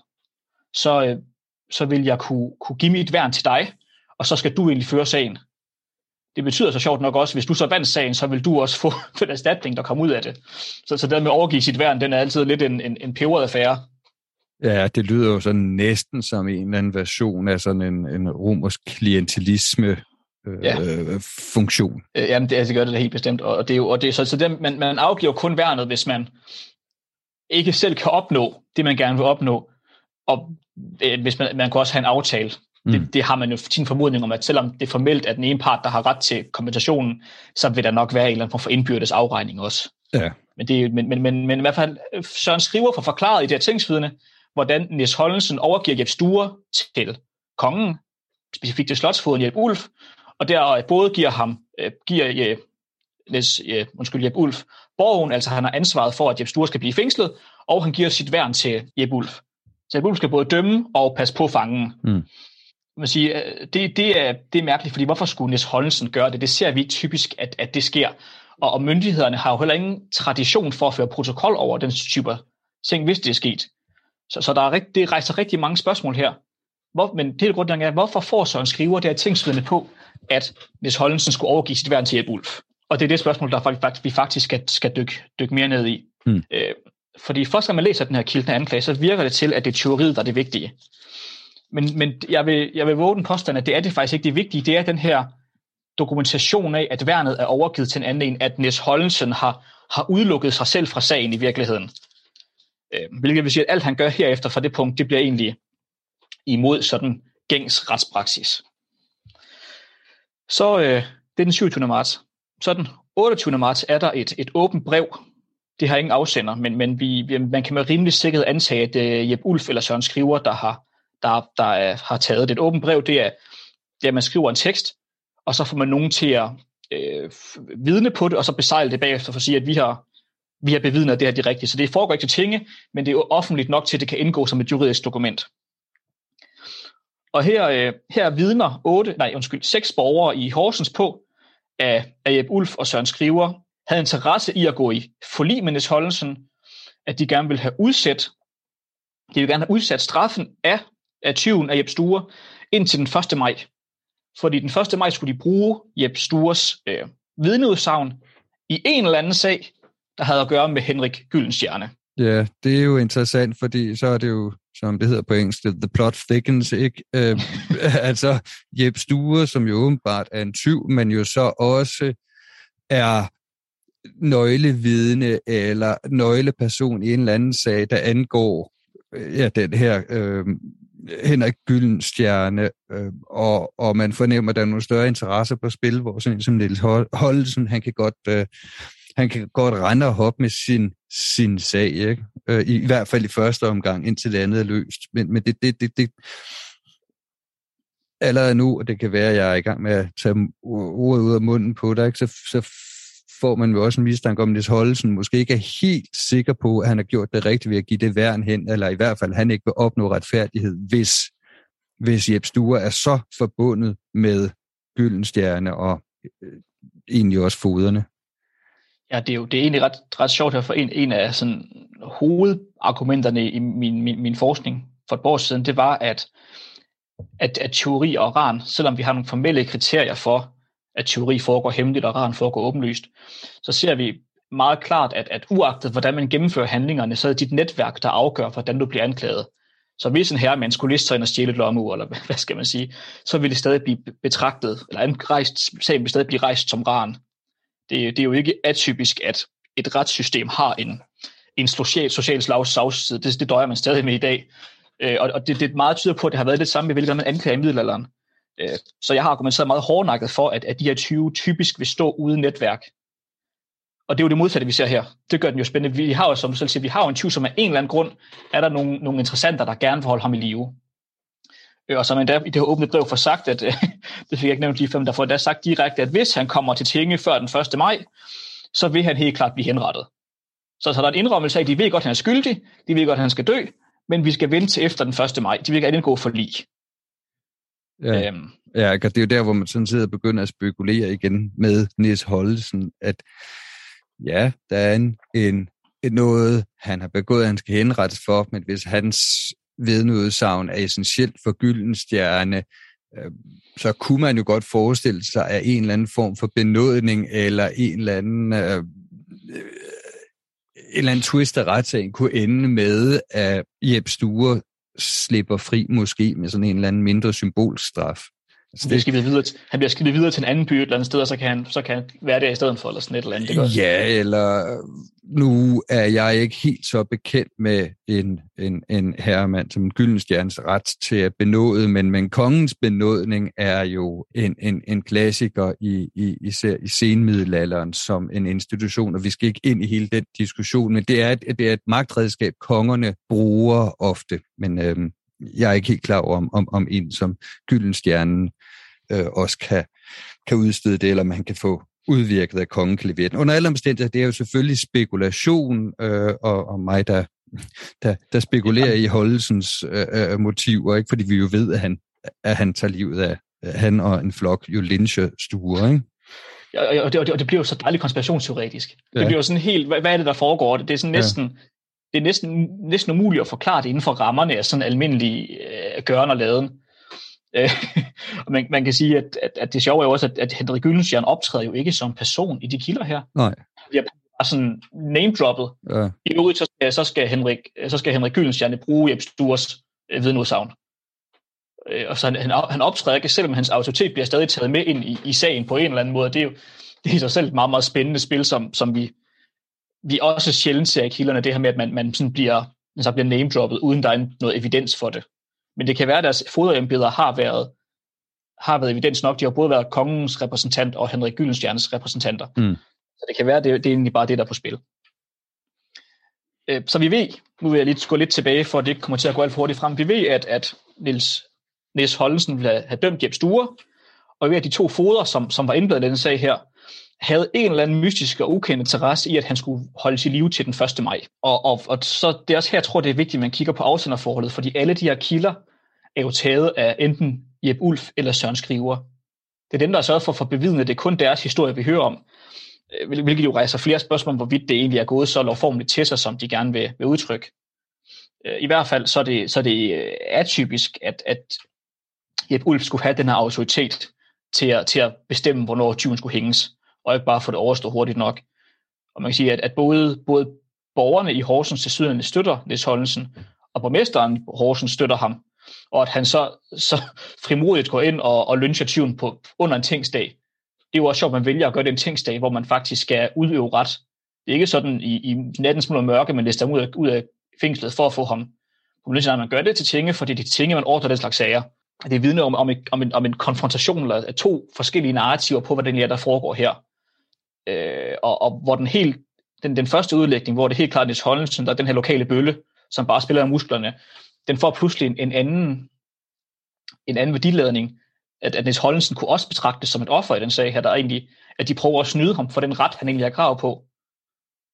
så vil jeg kunne give mit værn til dig, og så skal du egentlig føre sagen. Det betyder så sjovt nok også, hvis du så vandt sagen, så vil du også få den erstatning, der kommer ud af det. Så det med at overgive sit værn, den er altid lidt en peberet affære. Ja, det lyder jo sådan næsten som en eller anden version af sådan en romersk klientelisme funktion. Jamen, det gør det helt bestemt. Og det er jo, så det, man afgiver kun værnet, hvis man ikke selv kan opnå det, man gerne vil opnå. Og hvis man kan også have en aftale. Det har man jo sin formodning om, at selvom det er formelt, at den ene part, der har ret til kompensationen, så vil der nok være en eller anden form for indbyrdes afregning også. Ja. Men i hvert fald, Søren Skriver får forklaret i det her tingsvidne, hvordan Niels Hollensen overgiver Jeb Sture til kongen, specifikt til slotsfogeden Jeb Ulf, og der både giver Jeb Ulf borgen, altså han har ansvaret for, at Jeb Sture skal blive fængslet, og han giver sit værn til Jeb Ulf. Så Jeb Ulf skal både dømme og passe på fangen. Man siger, det er mærkeligt, fordi hvorfor skulle Niels Hollensen gøre det? Det ser vi typisk, at det sker. Og myndighederne har jo heller ingen tradition for at føre protokol over den type ting, hvis det er sket. Så det rejser rigtig mange spørgsmål her. Men det er grunden af, hvorfor får Søren Skriver det her tingsvidne på, at Niels Hollensen skulle overgive sit værn til Jeb Ulf? Og det er det spørgsmål, vi faktisk skal dykke mere ned i. Fordi først, når man læser den her kildende anklage, så virker det til, at det er tyveriet, der er det vigtige. Men jeg vil våge den påstand, at det er det faktisk ikke det vigtige. Det er den her dokumentation af, at værnet er overgivet til en anden en, at Niels Hollensen har udelukket sig selv fra sagen i virkeligheden. Hvilket vil sige, at alt han gør herefter fra det punkt, det bliver egentlig imod sådan gængs retspraksis. Så det er den 27. marts. Så den 28. marts er der et åbent brev. Det har ingen afsender, men man kan med rimelig sikkerhed antage, at Jeb Ulf eller Søren Skriver, der har taget et åbent brev, det er, at man skriver en tekst, og så får man nogen til at vidne på det, og så besejle det bagefter for at sige, at vi har bevidnet, at det her er det rigtige. Så det foregår ikke til tinge, men det er jo offentligt nok til, at det kan indgå som et juridisk dokument. Og her vidner 6 borgere i Horsens på, at Jeb Ulf og Søren Skriver havde interesse i at gå i forlig med Niels Hollensen, at de gerne ville have udsat straffen af tyven af Jeb Sture indtil den 1. maj. Fordi den 1. maj skulle de bruge Jeb Stures vidneudsagn i en eller anden sag, der havde at gøre med Henrik Gyldenstierne. Ja, det er jo interessant, fordi så er det jo, som det hedder på engelsk, the plot thickens, ikke? Altså Jeb Sture, som jo åbenbart er en tyv, men jo så også er nøglevidne eller nøgleperson i en eller anden sag, der angår den her Henrik Gyldenstierne, og man fornemmer, at der er nogle større interesser på spil, hvor sådan en som Niels Hollensen, han kan godt rende og hoppe med sin sag, ikke? I hvert fald i første omgang, indtil det andet er løst. Men det allerede nu, og det kan være, at jeg er i gang med at tage ordet ud af munden på dig, ikke? Så får man jo også en mistanke om, at Niels Hollensen måske ikke er helt sikker på, at han har gjort det rigtigt ved at give det værn hen, eller i hvert fald, at han ikke vil opnå retfærdighed, hvis hvis Jeb Sture er så forbundet med Gyldenstjerne og egentlig også foderne. Ja, det er egentlig ret sjovt her, for en af sådan hovedargumenterne i min forskning for et år siden, det var, at teori og ran, selvom vi har nogle formelle kriterier for, at teori foregår hemmeligt og ran foregår åbenlyst, så ser vi meget klart, at uagtet hvordan man gennemfører handlingerne, så er det dit netværk, der afgør, hvordan du bliver anklaget. Så hvis en herremand skulle liste sig ind og stjæle et lommeur, eller hvad skal man sige, så vil det stadig blive betragtet, eller sagen vil stadig blive rejst som ran. Det er jo ikke atypisk, at et retssystem har en social slagside. Det døjer man stadig med i dag. Og det meget tyder på, at det har været det samme med, hvilket man anklager i middelalderen. Så jeg har argumenteret meget hårdnakket for, at de her 20 typisk vil stå uden netværk. Og det er jo det modsatte, vi ser her. Det gør den jo spændende. Vi har jo, som du selv siger, vi har jo en tyv, som af en eller anden grund, er der nogle interessenter, der gerne vil holde ham i live. Og som endda i det her åbne brev får sagt, at det fik jeg ikke nævnt lige før, men der får endda sagt direkte, at hvis han kommer til tinge før den 1. maj, så vil han helt klart blive henrettet. Så der er en indrømmelse af, at de ved godt, at han er skyldig, de ved godt, at han skal dø, men vi skal vente til efter den 1. maj. De vil ikke gå for lig. Ja, det er jo der, hvor man sådan sidder og begynder at spekulere igen med Nis Hollesen, at ja, der er noget, han har begået, han skal henrettes for, men hvis hans vidneudsagn er essentielt for Gyldenstjerne, så kunne man jo godt forestille sig, at en eller anden form for benådning eller en eller anden twist af retssagen kunne ende med, at Jeb Sture slipper fri måske med sådan en eller anden mindre symbolstraf. Han bliver skrevet videre til en anden by et eller andet sted, og så kan han være der i stedet for, eller sådan et eller andet. Det ja, eller nu er jeg ikke helt så bekendt med en herremand som en Gyldenstjernes ret til at benåde, men kongens benådning er jo en klassiker især i senmiddelalderen som en institution, og vi skal ikke ind i hele den diskussion, men det er et magtredskab, kongerne bruger ofte, men jeg er ikke helt klar over, om en som Gyldenstjernen også kan udstede det, eller man kan få udvirket af kongen kan levere den. Under alle omstændigheder, det er jo selvfølgelig spekulation, og mig, der spekulerer i Hollesens motiver, ikke? Fordi vi jo ved, at han tager livet af han og en flok jo lyncher Sture, ikke? Ja, og det bliver jo så dejligt konspirationsteoretisk. Ja. Det bliver jo sådan helt, hvad er det, der foregår? Det er sådan næsten... Det er næsten umuligt at forklare det inden for rammerne af sådan almindelig gøren og laden. Og man kan sige, at det sjove er jo også, at Henrik Gyldenstjerne optræder jo ikke som person i de kilder her. Nej. Vi har bare sådan name-droppet. Ja. I øvrigt, så skal Henrik Gyldenstjerne bruge Jeb Stures vidneudsagn. Og så han optræder ikke, selvom hans autoritet bliver stadig taget med ind i sagen på en eller anden måde. Det er i sig selv et meget, meget spændende spil, som vi også sjældent ser i kilderne, det her med, at man sådan bliver name-droppet, uden der er noget evidens for det. Men det kan være, at deres foderembeder har været evidens nok. De har både været kongens repræsentant og Henrik Gyldenstjernes repræsentanter. Mm. Så det kan være, at det er egentlig bare det, der er på spil. Så vi ved, nu vil jeg lige gå lidt tilbage, for at det ikke kommer til at gå alt for hurtigt frem. Vi ved, at Nis Hollesen ville have dømt Jeb Sture, og vi ved, at de to foder, som var indblandet i denne sag her, havde en eller anden mystisk og ukendt interesse i, at han skulle holdes i live til den 1. maj. Og så det er også her, jeg tror, det er vigtigt, at man kigger på afsenderforholdet, fordi alle de her kilder er jo taget af enten Jeb Ulf eller Søren Skriver. Det er dem, der er sørget for bevidne, det er kun deres historie, vi hører om, hvilket jo rejser flere spørgsmål om, hvorvidt det egentlig er gået så lovformeligt til sig, som de gerne vil udtrykke. I hvert fald så er det atypisk, at Jeb Ulf skulle have den her autoritet til at bestemme, hvornår tyven skulle hænges, og ikke bare få det overstået hurtigt nok. Og man kan sige, at både borgerne i Horsens til sydende støtter Nis Hollesen, og borgmesteren i Horsens støtter ham, og at han så frimodigt går ind og lyncher tyven på under en tingsdag. Det er jo også sjovt, at man vælger at gøre det en tingsdag, hvor man faktisk skal udøve ret. Det er ikke sådan i nattens smule mørke, men lister ham ud af fængslet for at få ham. Man gør det til tinge, fordi det er til tinge, man ordner den slags sager. Det er vidne om en konfrontation eller af to forskellige narrativer på, hvad det er, der foregår her. Og hvor den første udlægning, hvor det helt klart er Nis Hollesen, der er den her lokale bølle, som bare spiller af musklerne, den får pludselig en anden værdiladning, at Nis Hollesen kunne også betragtes som et offer i den sag her, der egentlig, at de prøver at snyde ham for den ret, han egentlig har krav på.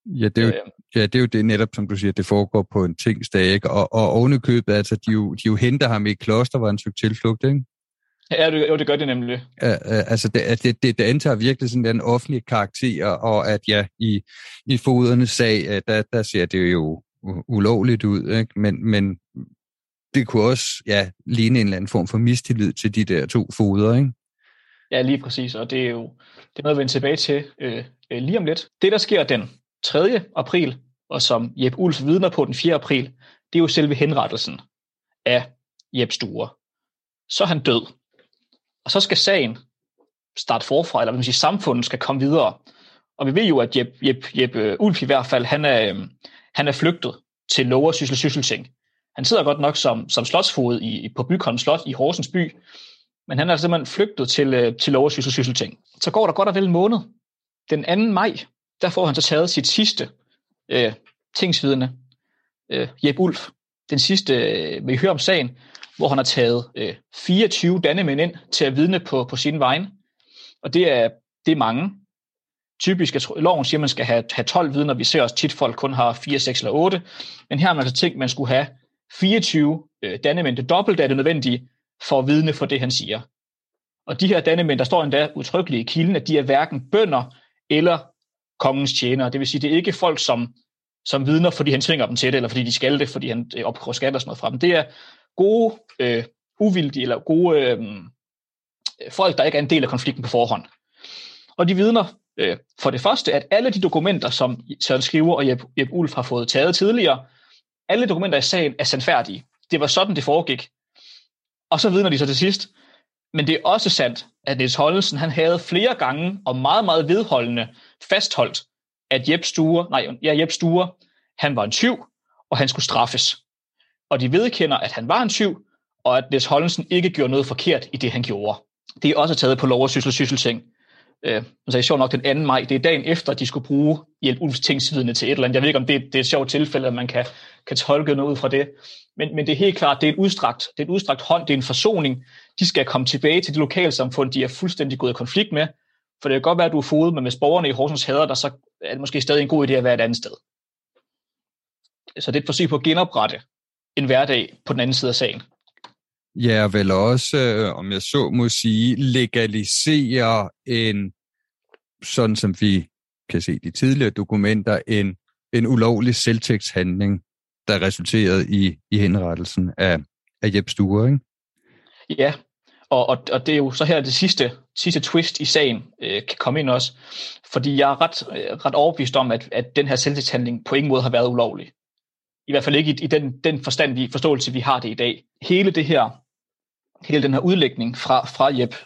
Ja, det er jo det netop, som du siger, det foregår på en tingsdag, ikke? Og ovenikøbet, altså, de jo henter ham i et kloster, hvor han søgte tilflugt, ikke? Ja, det gør det nemlig. Altså, det antager virkelig sådan en offentlig karakter, og at ja, i fodernes sag, der ser det jo ulovligt ud, ikke? Men det kunne også, ja, ligne en eller anden form for mistillid til de der to foder, ikke? Ja, lige præcis, og det er jo noget, vi vender tilbage til lige om lidt. Det, der sker den 3. april, og som Jeb Ulf vidner på den 4. april, det er jo selve henrettelsen af Jeb Sture. Så er han død. Og så skal sagen starte forfra, eller hvad man siger, samfundet skal komme videre. Og vi ved jo, at Jeb Ulf i hvert fald, han er flygtet til Lower Sysselting. Han sidder godt nok som slotsfoged på Bygholm Slot i Horsens by, men han er simpelthen flygtet til Lower Sysselting. Så går der godt og vel en måned. Den 2. maj, der får han så taget sit sidste tingsvidne, Jeb Ulf. Den sidste, vi hører om sagen, hvor han har taget 24 dannemænd ind til at vidne på sin vegne. Og det er mange. Typisk at loven siger, at man skal have 12 vidner. Vi ser også tit, folk kun har 4, 6 eller 8. Men her har man altså tænkt, at man skulle have 24 dannemænd. Det dobbelte af det nødvendige for at vidne for det, han siger. Og de her dannemænd, der står endda udtrykkeligt i kilden, at de er hverken bønder eller kongens tjenere. Det vil sige, det er ikke folk, som vidner, fordi han tvinger dem til det, eller fordi de skal det, fordi han opkræver skat og sådan noget fra dem. Det er gode, uvildige eller gode folk, der ikke er en del af konflikten på forhånd. Og de vidner for det første, at alle de dokumenter, som Søren Skriver og Jeb Ulf har fået taget tidligere, alle dokumenter i sagen er sandfærdige. Det var sådan, det foregik. Og så vidner de så til sidst. Men det er også sandt, at Niels Hollensen, han havde flere gange og meget, meget vedholdende fastholdt, at Jeb Sture, han var en tyv, og han skulle straffes. Og de vedkender, at han var en tyv, og at Niels Hollensen ikke gjorde noget forkert i det, han gjorde. Det er også taget på Lower Sysselting. Så er sjovt nok den 2. maj, det er dagen efter, at de skulle bruge Jeb Ulfs tingsvidne til et eller andet. Jeg ved ikke, om det er et sjovt tilfælde, at man kan tolke noget ud fra det. Men det er helt klart, det er en udstrakt hånd, det er en forsoning. De skal komme tilbage til det lokalsamfund, de er fuldstændig gået i konflikt med. For det kan godt være, at du er fodet, men hvis borgerne i Horsens hader dig, så er det måske stadig en god idé at være et andet sted. Så det er et forsøg på at genoprette en hverdag på den anden side af sagen. Ja, vel også, om jeg så må sige, legalisere en, sådan som vi kan se de tidligere dokumenter, en ulovlig selvtægtshandling, der resulterede i henrettelsen af Jeb Sture, ikke? Ja, og det er jo så her det sidste twist i sagen kan komme ind også, fordi jeg er ret overbevist om, at den her selvtægtshandling på ingen måde har været ulovlig. I hvert fald ikke i den forståelse, vi har det i dag. Hele den her udlægning fra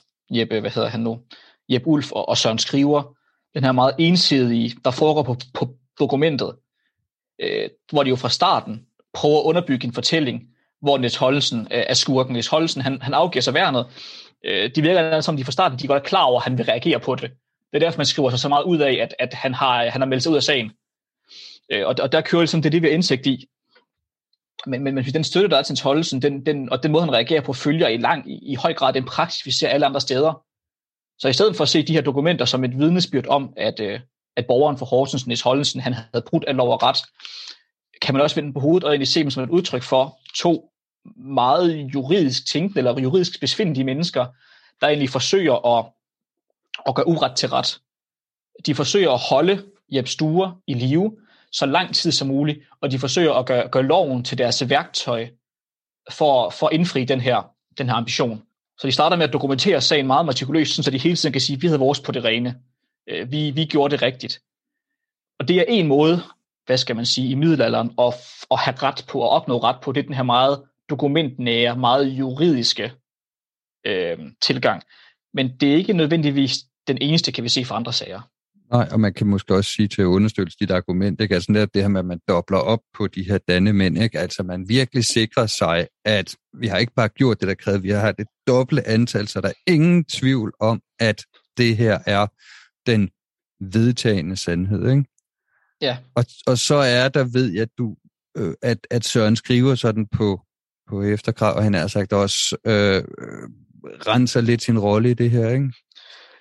Jeb Ulf og Søren Skriver, den her meget ensidige, der foregår på dokumentet, hvor de jo fra starten prøver at underbygge en fortælling, hvor Niels Hollensen er skurken. Niels Hollensen, han afgiver sig værnet. De virker som de fra starten, de er godt klar over, at han vil reagere på det. Det er derfor, man skriver sig så meget ud af, at han har meldt sig ud af sagen. Og der kører ligesom det vi har indsigt i. Men den støtte, der er til Niels Hollensen, og den måde, han reagerer på, følger i høj grad den praksis, vi ser alle andre steder. Så i stedet for at se de her dokumenter som et vidnesbyrd om, at borgeren for Horsens, Niels Hollensen, han havde brudt af lov og ret, kan man også vende på hovedet og egentlig se dem som et udtryk for to meget juridisk tænkende eller juridisk besvindelige mennesker, der egentlig forsøger at gøre uret til ret. De forsøger at holde Jeb Sture i live så lang tid som muligt, og de forsøger at gøre loven til deres værktøj for at indfri den her ambition. Så de starter med at dokumentere sagen meget metikuløst, så de hele tiden kan sige, at vi havde vores på det rene. Vi gjorde det rigtigt. Og det er en måde, hvad skal man sige, i middelalderen at have ret på, at opnå ret på, det er den her meget dokumentnære, meget juridiske tilgang. Men det er ikke nødvendigvis den eneste, kan vi se fra andre sager. Nej, og man kan måske også sige til at understøtte dit argument, ikke? Altså det her med, at man dobler op på de her dannemænd, ikke? Altså man virkelig sikrer sig, at vi har ikke bare gjort det, der krævede, vi har det dobbelte antal, så der er ingen tvivl om, at det her er den vedtagende sandhed, ikke? Ja. Og så er der, ved jeg, at Søren Skriver sådan på efterkrav, og han har sagt også renser lidt sin rolle i det her, ikke?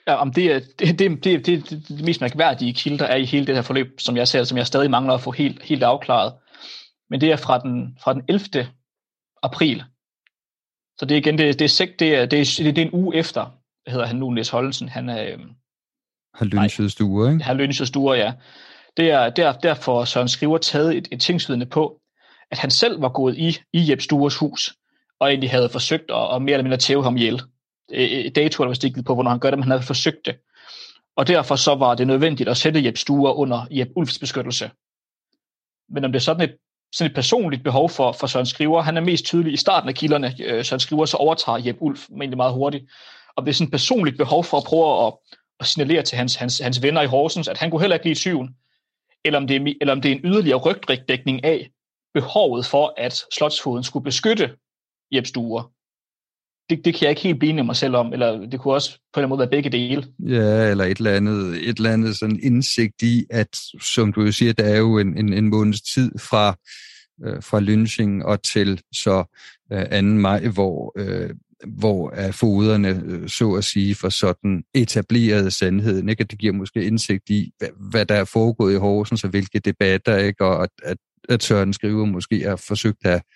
Ja, om det er det mest mærkværdige kilde, der er i hele det her forløb, som jeg ser, som jeg stadig mangler at få helt afklaret. Men det er fra den 11. april. Så det er igen, det er en uge efter, hedder han nu, Nis Hollensen. Han har lynchet Sture, ikke? Har lynchet Sture, ja. Det er derfor Søren Skriver taget et tingsvidne på, at han selv var gået i Jeb Stures hus, og egentlig havde forsøgt at mere eller mindre tæve ham ihjel. Datoer, der var stikket på, hvornår han gør det, men han havde forsøgt det. Og derfor så var det nødvendigt at sætte Jeb Sture under Jeb Ulfs beskyttelse. Men om det er sådan et personligt behov for Søren Skriver, han er mest tydelig i starten af kilderne. Søren Skriver så overtager Jeb Ulf egentlig meget hurtigt. Og det er sådan et personligt behov for at prøve at signalere til hans venner i Horsens, at han kunne heller ikke lide tyven, eller om det er en yderligere rygtdækning af behovet for, at slotsfogeden skulle beskytte Jeb Sture. Det kan jeg ikke helt blive mig selv om, eller det kunne også på en eller anden måde være begge dele. Ja, eller et eller andet sådan indsigt i, at som du jo siger, der er jo en måneds tid fra lynching og til så 2. maj, hvor fogederne, så at sige, for sådan etableret sandheden, ikke? At det giver måske indsigt i, hvad der er foregået i Horsens, og hvilke debatter, ikke? Og at Søren Skriver måske har forsøgt at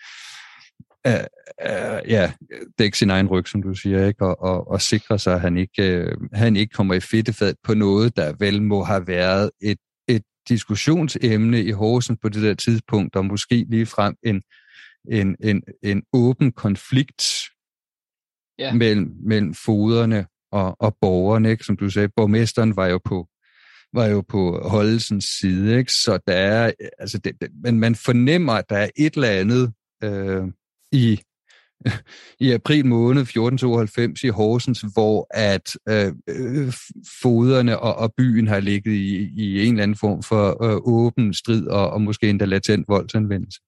dække sin egen ryg, som du siger, ikke? Og sikre sig, at han ikke kommer i fedtefad på noget, der vel må have været et diskussionsemne i Horsens på det der tidspunkt, og måske ligefrem en åben konflikt mellem fogederne og borgerne, ikke? Som du sagde, borgmesteren var jo på Holdelsens side, ikke? Så der er, altså men man fornemmer, at der er et eller andet i april måned 1492 i Horsens, hvor at fogederne og byen har ligget i en eller anden form for åben strid og måske endda latent voldsanvendelse.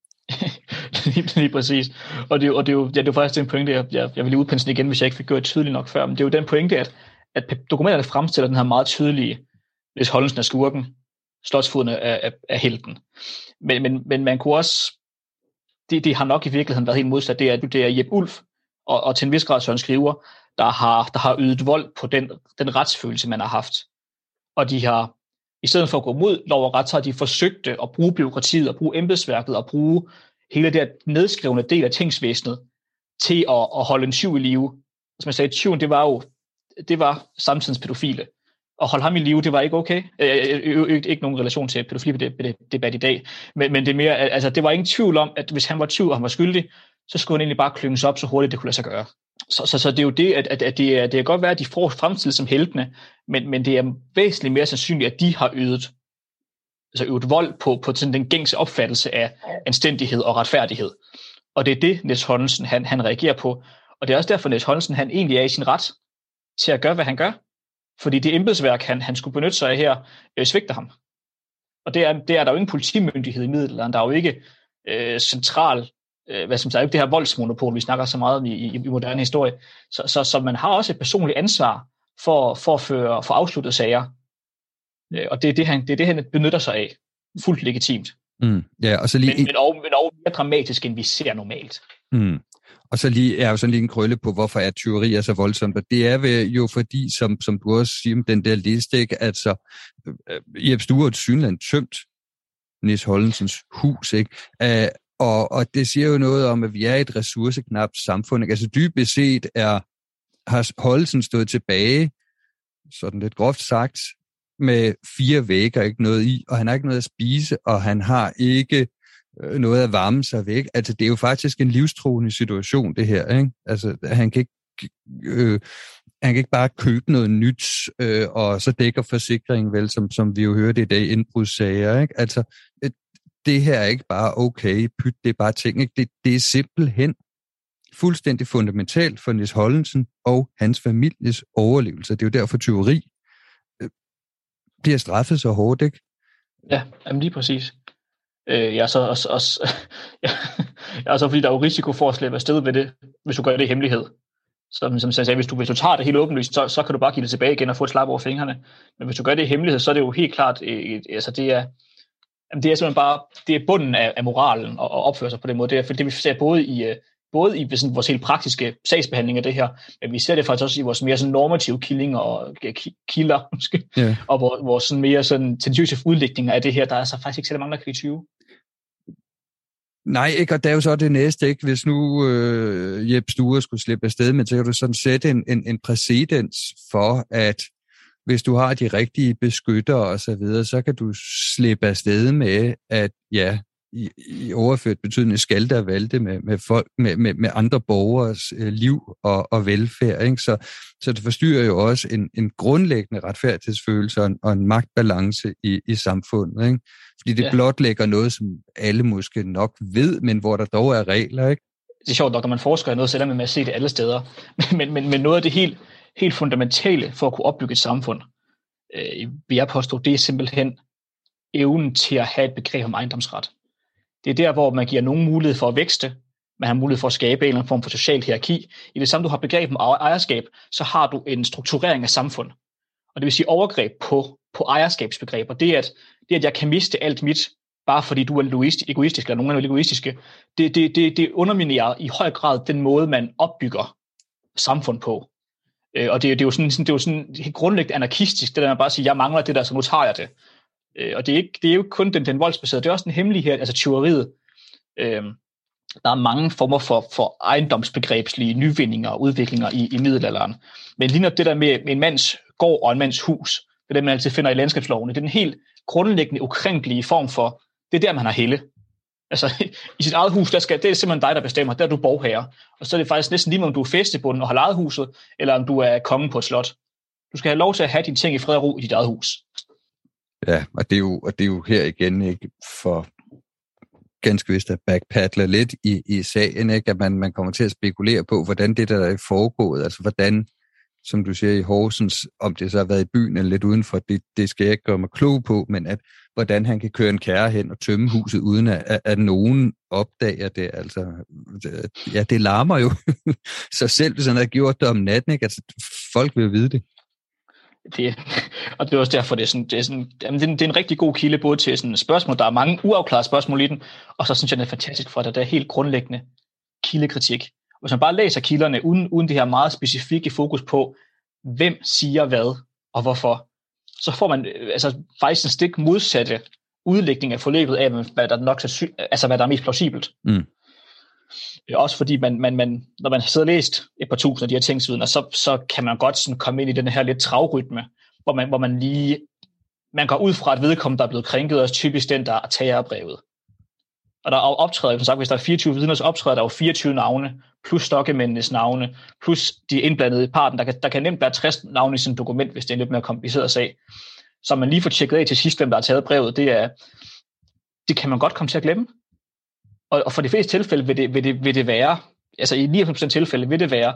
Lige præcis. Og det er jo faktisk den pointe, jeg vil lige udpensle igen, hvis jeg ikke fik gjort tydeligt nok før, men det er jo den pointe, at dokumenterne fremstiller den her meget tydelige, hvis Hollensen er skurken, slotsfogeden er helten. Men man kunne også, det har nok i virkeligheden været helt modsat, det er Jeb Ulf og til en vis grad Søren Skriver, der har ydet vold på den retsfølelse, man har haft. Og de har, i stedet for at gå mod lov og ret, så har de forsøgt at bruge byråkratiet, og bruge embedsværket, og bruge hele det nedskrevne del af tingsvæsenet til at holde en tyv i live. Som jeg sagde, tyven, det var samtidens pædofile. At holde ham i live, det var ikke okay. Ikke nogen relation til pædofili-debat i dag. Men det er mere, altså det var ingen tvivl om, at hvis han var tyv, og han var skyldig, så skulle han egentlig bare klynges op så hurtigt, det kunne lade sig gøre. Så det er jo det, at det kan godt være, at de får fremstillet som heltene, men det er væsentligt mere sandsynligt, at de har øvet vold på sådan den gængse opfattelse af anstændighed og retfærdighed. Og det er det, Nis Hollensen han reagerer på. Og det er også derfor, Nis Hollensen han egentlig er i sin ret til at gøre, hvad han gør. Fordi det embedsværk, han skulle benytte sig af her, svigter ham. Og det er der jo ingen politimyndighed i middelalderen. Der er jo ikke central, der er jo ikke det her voldsmonopol, vi snakker så meget om i moderne historie. Så man har også et personligt ansvar for afsluttet sager. Og det er det, han benytter sig af. Fuldt legitimt. Ja, og så lige men mere dramatisk, end vi ser normalt. Og så lige er jo sådan lige en krølle på, hvorfor er tyveri er så voldsomt. Og det er jo fordi, som du også siger med den der liste, ikke? Altså, Jeb Sture har synligt tømt Nis Hollensens hus, ikke? Og det siger jo noget om, at vi er et ressourceknapt samfund, ikke? Altså dybest set har Hollensen stået tilbage, sådan lidt groft sagt, med 4 vægger, ikke noget i, og han har ikke noget at spise, og han har ikke noget at varme sig væk. Altså, det er jo faktisk en livstruende situation, det her, ikke? Altså, han kan ikke bare købe noget nyt, og så dækker forsikringen vel, som vi jo hørte i dag, indbrudssager, ikke? Altså, det her er ikke bare okay, pyt, det er bare ting, ikke? Det er simpelthen fuldstændig fundamentalt for Nis Hollensen og hans families overlevelse. Det er jo derfor tyveri bliver straffet så hårdt, ikke? Ja, jamen lige præcis. Så fordi der er jo risiko for at slippe afsted med det, hvis du gør det i hemmelighed. Som jeg sagde, hvis du tager det helt åbenlyst, så kan du bare give det tilbage igen og få et slap over fingrene. Men hvis du gør det i hemmelighed, så er det jo helt klart, det er simpelthen bare, det er bunden af moralen at opføre sig på den måde. Det er det, vi ser både både i sådan, vores helt praktiske sagsbehandling af det her, men vi ser det faktisk også i vores mere sådan normative killinger og kilder, og vores sådan mere sådan tendentiøse udlægninger af det her, der er så faktisk ikke så mange, der kan i 20. Nej, ikke, og det er jo så det næste, ikke? Hvis nu Jep Sture skulle slippe afsted med, så kan du sådan sætte en præcedens for, at hvis du har de rigtige beskyttere og så videre, så kan du slippe afsted med, at ja, i overført betydning skal der vælte med folk, med andre borgers liv og velfærd, ikke? Så det forstyrrer jo også en grundlæggende retfærdighedsfølelse og en magtbalance i samfundet, ikke? Fordi det blotlægger noget, som alle måske nok ved, men hvor der dog er regler, ikke? Det er sjovt nok, når man forsker i noget, så er man med at se det alle steder. Men noget af det helt fundamentale for at kunne opbygge et samfund, vil jeg påstå, det er simpelthen evnen til at have et begreb om ejendomsret. Det er der, hvor man giver nogen mulighed for at vækste, man har mulighed for at skabe en eller anden form for social hierarki. I det samme, du har begreb om ejerskab, så har du en strukturering af samfund. Og det vil sige overgreb på ejerskabsbegreber. Det er, at jeg kan miste alt mit, bare fordi du er egoistisk, eller nogen er egoistiske. Det underminerer i høj grad den måde, man opbygger samfund på. Og det er jo sådan helt grundlæggende anarkistisk, det der man bare siger, jeg mangler det der, så nu tager jeg det. Og det er jo ikke kun den voldsbaserede, det er også den hemmelighed, altså tyveriet. Der er mange former for ejendomsbegrebslige nyvindinger og udviklinger i middelalderen. Men lige når det der med en mands gård og en mands hus, det er det, man altid finder i landskabslovene, det er den helt grundlæggende ukrænkelige form for, det er der, man har helle. Altså i sit eget hus, det er simpelthen dig, der bestemmer, der er du borgherre. Og så er det faktisk næsten lige, om du er fæstebunden og har lejet huset, eller om du er kongen på et slot. Du skal have lov til at have dine ting i fred og ro i dit eget hus. Ja, og det er jo her igen, ikke, for ganske vist at backpaddle lidt i sagen, ikke, at man kommer til at spekulere på, hvordan det der er foregået, altså hvordan, som du siger i Horsens, om det så har været i byen eller lidt udenfor, det skal jeg ikke gøre mig klog på, men at hvordan han kan køre en kærre hen og tømme huset, uden at nogen opdager det, altså, ja, det larmer jo sig selv, hvis han havde gjort det om natten, ikke, altså, folk vil vide det. Og det er også derfor, det er en rigtig god kilde, både til sådan spørgsmål, der er mange uafklarede spørgsmål i den, og så synes jeg, det er fantastisk for, at der er helt grundlæggende kildekritik. Hvis man bare læser kilderne, uden det her meget specifikke fokus på, hvem siger hvad, og hvorfor, så får man faktisk en stik modsatte udlægning af forløbet af, hvad der er mest plausibelt. Mm. Også fordi når man har siddet og læst et par tusind af de her ting siden, så kan man godt sådan komme ind i den her lidt travrytme, hvor man går ud fra, at vedkommende, der er blevet krænket, også typisk den, der tager brevet. Og der optræder, som sagt, hvis der er 24 vidner, så optræder der jo 24 navne, plus stokkemændenes navne, plus de indblandede i parten. Der kan nemt være 60 navne i sådan et dokument, hvis det er en lidt mere kompliceret sag. Så man lige får tjekket af til sidst, hvem der har taget brevet, det kan man godt komme til at glemme. Og for de fleste tilfælde vil det være, altså i 99% tilfælde vil det være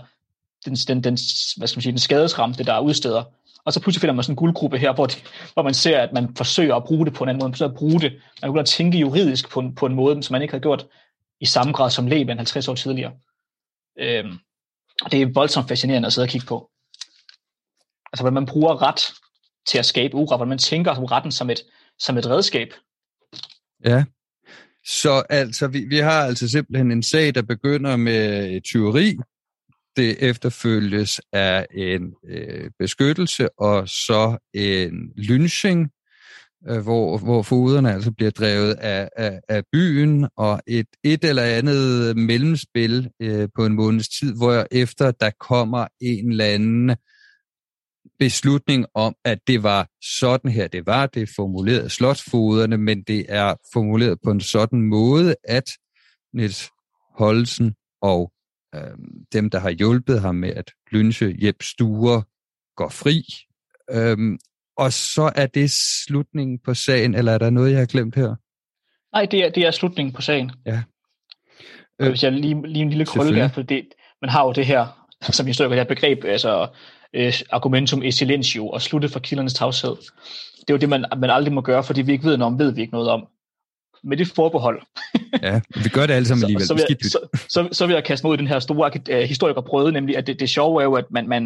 den skadesramte, der er udsteder. Og så pludselig finder man sådan en guldgruppe her, hvor man ser, at man forsøger at bruge det på en anden måde. Man forsøger at bruge det. Man kan tænke juridisk på en måde, som man ikke har gjort i samme grad som lægmand 50 år tidligere. Det er voldsomt fascinerende at sidde og kigge på. Altså, hvordan man bruger ret til at skabe uret, hvordan man tænker om retten som et redskab. Ja. Så altså, vi har altså simpelthen en sag, der begynder med et tyveri. Det efterfølges af en beskyttelse og så en lynching, hvor fogederne altså bliver drevet af byen, og et eller andet mellemspil på en måneds tid, hvor efter der kommer en eller anden beslutning om, at det var sådan her, det er formuleret af slotsfogederne, men det er formuleret på en sådan måde, at Niels Holsen og dem, der har hjulpet ham med at lynche Jep Sture, går fri. Og så er det slutningen på sagen, eller er der noget, jeg har glemt her? Nej, det er slutningen på sagen. Ja. Hvis jeg lige en lille krølle der, for man har jo det her, som historiker, det her begreb, altså argumentum e silentio, og sluttet for kildernes tavshed. Det er jo det, man aldrig må gøre, fordi vi ikke ved noget om, ved vi ikke noget om. Med det forbehold. Ja, vi gør det alle sammen alligevel. Så vil jeg kaste mig ud i den her store historikerprøve, nemlig at det sjove er jo, at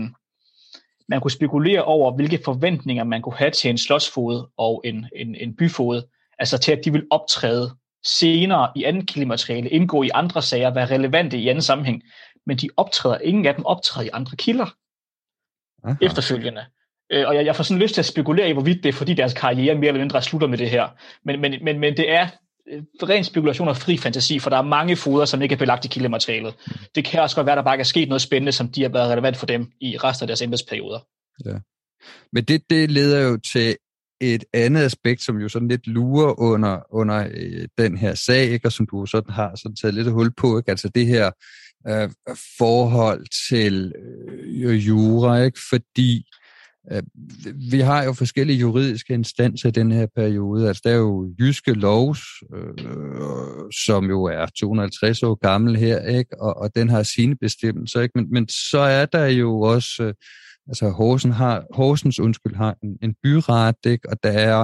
man kunne spekulere over, hvilke forventninger man kunne have til en slotsfoged og en byfoged, altså til at de vil optræde senere i anden kildemateriale, indgå i andre sager, være relevante i anden sammenhæng, men ingen af dem optræder i andre kilder efterfølgende. Og jeg får sådan lyst til at spekulere i, hvorvidt det er, fordi deres karriere mere eller mindre slutter med det her. Men det er ren spekulation og fri fantasi, for der er mange foder, som ikke er belagt i kildematerialet. Det kan også godt være, at der bare er sket noget spændende, som de har været relevant for dem i resten af deres embedsperioder. Ja. Men det leder jo til et andet aspekt, som jo sådan lidt lurer under den her sag, ikke? Og som du sådan har sådan taget lidt hul på, ikke? Altså det her forhold til jura, ikke? Fordi vi har jo forskellige juridiske instanser i den her periode. Altså der er jo Jyske Lov, som jo er 250 år gammel her, ikke? Og den har sine bestemmelser, ikke? Men så er der jo også altså Horsens har en byret, ikke? Og der er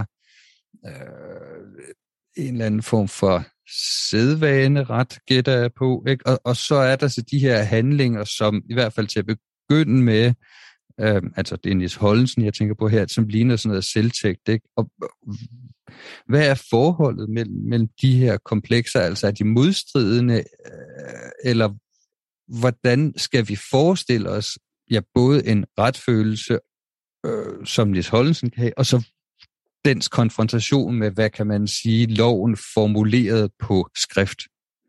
en eller anden form for sædvaneret, gætter jeg på, ikke? Og så er der så de her handlinger, som i hvert fald til at begynde med, altså det er Nis Hollensen, jeg tænker på her, som ligner sådan noget selvtægt, ikke? Og hvad er forholdet mellem de her komplekser? Altså er de modstridende, eller hvordan skal vi forestille os, både en retfølelse, som Nis Hollensen kan have, og så dens konfrontation med, hvad kan man sige, loven formuleret på skrift?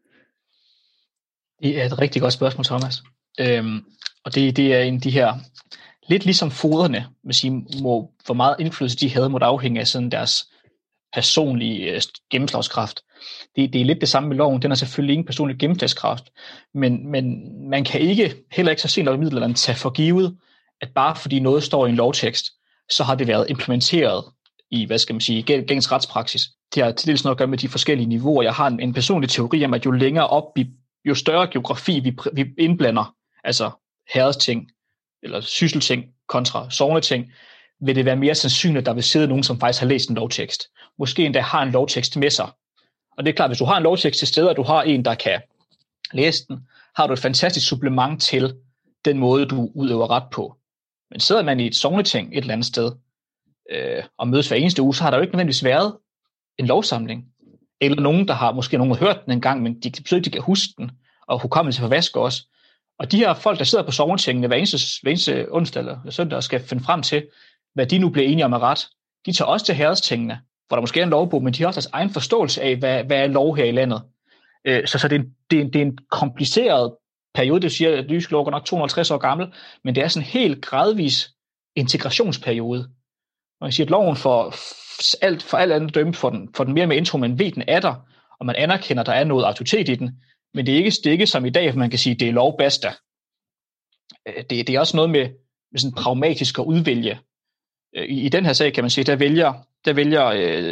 Det er et rigtig godt spørgsmål, Thomas. Og det er en af de her, lidt ligesom foderne, hvor meget indflydelse de havde, måtte afhænge af sådan deres personlige gennemslagskraft. Det er lidt det samme med loven. Den har selvfølgelig ingen personlig gennemslagskraft, men man kan heller ikke så sent i middelalderen tage for givet, at bare fordi noget står i en lovtekst, så har det været implementeret i, gængs retspraksis. Det har til dels noget at gøre med de forskellige niveauer. Jeg har en personlig teori om, at jo længere op, jo større geografi vi indblander, altså herredsting eller sysselting kontra sogneting, vil det være mere sandsynligt, at der vil sidde nogen, som faktisk har læst en lovtekst. Måske endda har en lovtekst med sig. Og det er klart, hvis du har en lovtekst til stede, og du har en, der kan læse den, har du et fantastisk supplement til den måde, du udøver ret på. Men sidder man i et sogneting et eller andet sted, og mødes hver eneste uge, så har der jo ikke nødvendigvis været en lovsamling. Eller nogen, der har måske nogen har hørt den en gang, men de kan huske den, og hukommelse for vask også. Og de her folk, der sidder på sognetingene hver eneste onsdag eller søndag og skal finde frem til, hvad de nu bliver enige om er ret, de tager også til herredstingene, hvor der måske er en lovbog, men de har også deres egen forståelse af, hvad er lov her i landet. Så det er en kompliceret periode, det siger, at Jyske Lov er nok 250 år gammel, men det er sådan en helt gradvis integrationsperiode. Man kan sige, at loven for alt andet dømme for den mere med intro, man ved, den er der, og man anerkender, at der er noget autoritet i den, men det er ikke som i dag, at man kan sige, at det er lov basta. Det er også noget med sådan pragmatisk at udvælge. I den her sag kan man sige, der vælger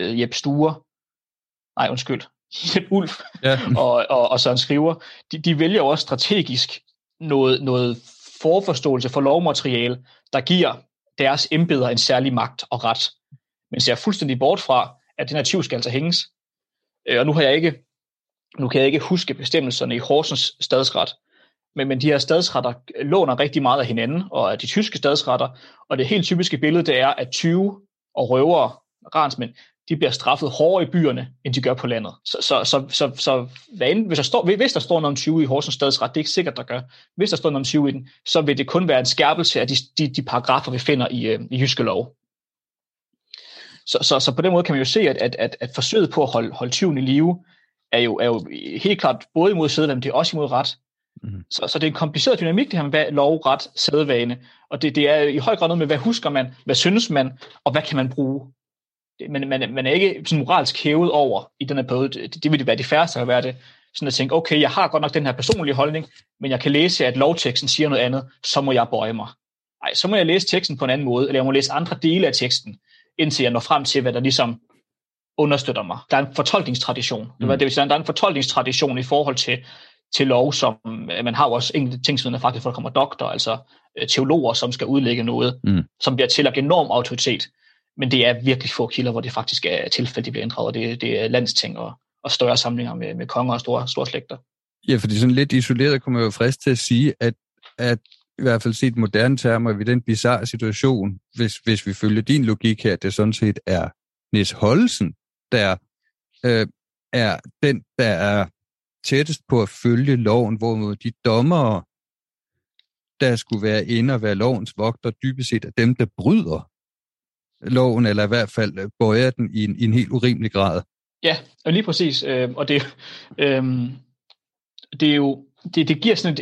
Jep Ulf og Søren Skriver, de vælger også strategisk noget forforståelse for lovmateriale, der giver deres embeder en særlig magt og ret. Men ser fuldstændig bort fra, at den her tyv skal altså hænges. Og nu kan jeg ikke huske bestemmelserne i Horsens stadsret, men de her stadsretter låner rigtig meget af hinanden, og af de tyske stadsretter, og det helt typiske billede, det er, at tyve og røvere, ransmænd, de bliver straffet hårdere i byerne, end de gør på landet. Så hvis der står noget om 20 i Horsens stadsret, det er ikke sikkert, der gør. Hvis der står noget om 20 i den, så vil det kun være en skærpelse af de paragrafer, vi finder i Jyske Lov. Så på den måde kan man jo se, at forsøget på at holde tyven i live, er jo helt klart både imod sædvane, men det er også imod ret. Mm-hmm. Så det er en kompliceret dynamik, det her med lov, ret, sædvane. Og det er i høj grad noget med, hvad husker man, hvad synes man, og hvad kan man bruge. Man er ikke sådan moralsk hævet over i den her periode. Det vil det være de færreste at være det. Sådan at tænke, okay, jeg har godt nok den her personlige holdning, men jeg kan læse, at lovteksten siger noget andet, så må jeg bøje mig. Nej, så må jeg læse teksten på en anden måde, eller jeg må læse andre dele af teksten, indtil jeg når frem til, hvad der ligesom understøtter mig. Der er en fortolkningstradition. Det vil sige, der er en fortolkningstradition i forhold til lov, som man har jo også enkelte ting, siden der faktisk for, der kommer doktor, altså teologer, som skal udlægge noget, som bliver tillagt enorm autoritet. Men det er virkelig få kilder, hvor det faktisk er tilfælde, de bliver inddraget. Det er landsting og større samlinger med konger og store slægter. Ja, fordi sådan lidt isoleret kommer jeg jo frist til at sige, at i hvert fald set moderne termer, ved den bizarre situation, hvis vi følger din logik her, det sådan set er Nis Hollensen, der er den, der er tættest på at følge loven, hvorimod de dommere, der skulle være inde og være lovens vogter, dybest set er dem, der bryder loven, eller i hvert fald bøjer den i en helt urimelig grad. Ja, og lige præcis. Og det er jo, det giver sådan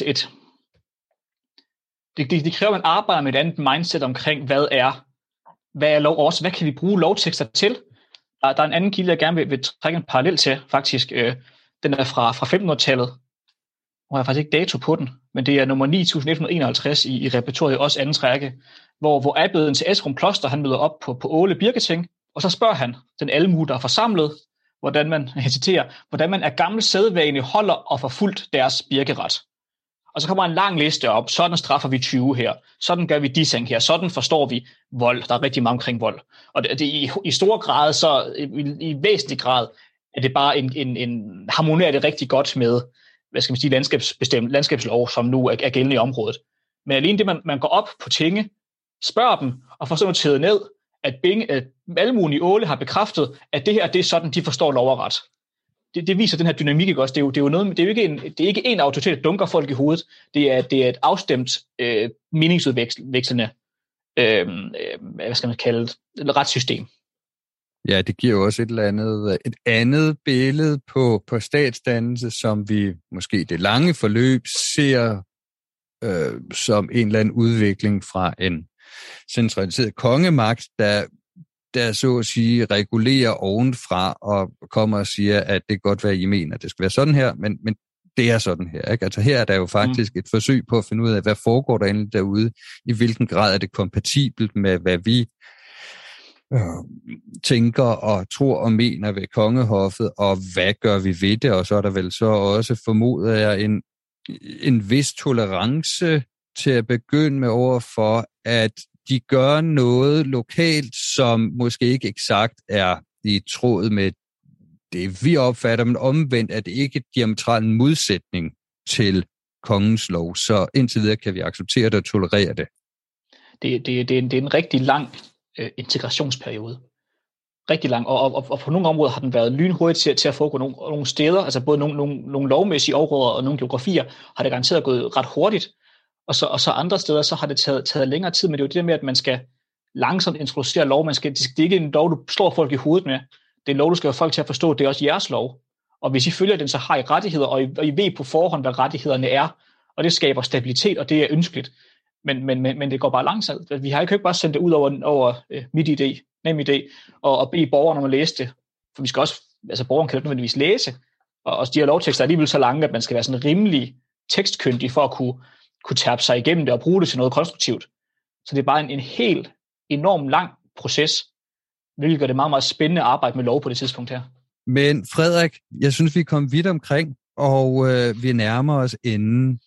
det kræver, at man arbejder med et andet mindset omkring, hvad er lov, og også hvad kan vi bruge lovtekster til. Der er en anden kilde, jeg gerne vil trække en parallel til, faktisk. Den er fra 1500-tallet. Nu har jeg faktisk ikke dato på den, men det er nummer 9151 i repertoriet, også andens række, hvor abbeden til Esrum Kloster, han møder op på Åle Birketing, og så spørger han den almue, der er forsamlet, hvordan man af gammel sædvane holder og forfulgt deres birkeret. Og så kommer en lang liste op, sådan straffer vi 20 her, sådan gør vi dissing her, sådan forstår vi vold, der er rigtig meget omkring vold. Og det i stor grad, så i væsentlig grad, er det bare en harmonerer det rigtig godt med, hvad skal man sige, landskabslov, som nu er gældende i området. Men alene det, man går op på tinge, spørger dem, og får så noteret ned, at almuen i Åle har bekræftet, at det her, det er sådan, de forstår lov og ret. Det viser den her dynamik, ikke også? Det er jo ikke en autoritet, der dunker folk i hovedet. Det er et afstemt, meningsudvekslende, hvad skal man kalde det, retssystem. Ja, det giver jo også et andet billede på statsdannelse, som vi måske det lange forløb ser som en eller anden udvikling fra en centraliseret kongemagt, der så at sige regulerer ovenfra og kommer og siger, at det kan godt være, I mener, at det skal være sådan her, men det er sådan her. Ikke? Altså her er der jo faktisk et forsøg på at finde ud af, hvad foregår der egentlig derude, i hvilken grad er det kompatibelt med, hvad vi tænker og tror og mener ved kongehoffet, og hvad gør vi ved det? Og så er der vel så også, formoder jeg, en vis tolerance til at begynde med overfor, at de gør noget lokalt, som måske ikke eksakt er i tråd med det, vi opfatter, men omvendt er det ikke diametral en modsætning til kongens lov, så indtil videre kan vi acceptere det og tolerere det. Det er en rigtig lang integrationsperiode. Rigtig lang, og på nogle områder har den været lynhurtigt til at foregå nogle steder, altså både nogle lovmæssige områder og nogle geografier, har det garanteret gået ret hurtigt, og så andre steder, så har det taget længere tid, men det er jo det der med, at man skal langsomt introducere lov, det er ikke en lov, du slår folk i hovedet med, det er en lov, du skal have folk til at forstå, det er også jeres lov, og hvis I følger den, så har I rettigheder, og I ved på forhånd, hvad rettighederne er, og det skaber stabilitet, og det er ønskeligt, men det går bare langsomt. Vi har ikke bare sendt det ud over MitID, NemID, og bede borgerne om at læse det, for vi skal også, altså borgeren kan ikke nødvendigvis læse, og de her lovtekster er alligevel så lange, at man skal være sådan rimelig tekstkyndig for at kunne tærpe sig igennem det og bruge det til noget konstruktivt. Så det er bare en helt enorm lang proces, hvilket gør det meget, meget spændende at arbejde med lov på det tidspunkt her. Men Frederik, jeg synes, vi kom vidt omkring, og vi nærmer os enden.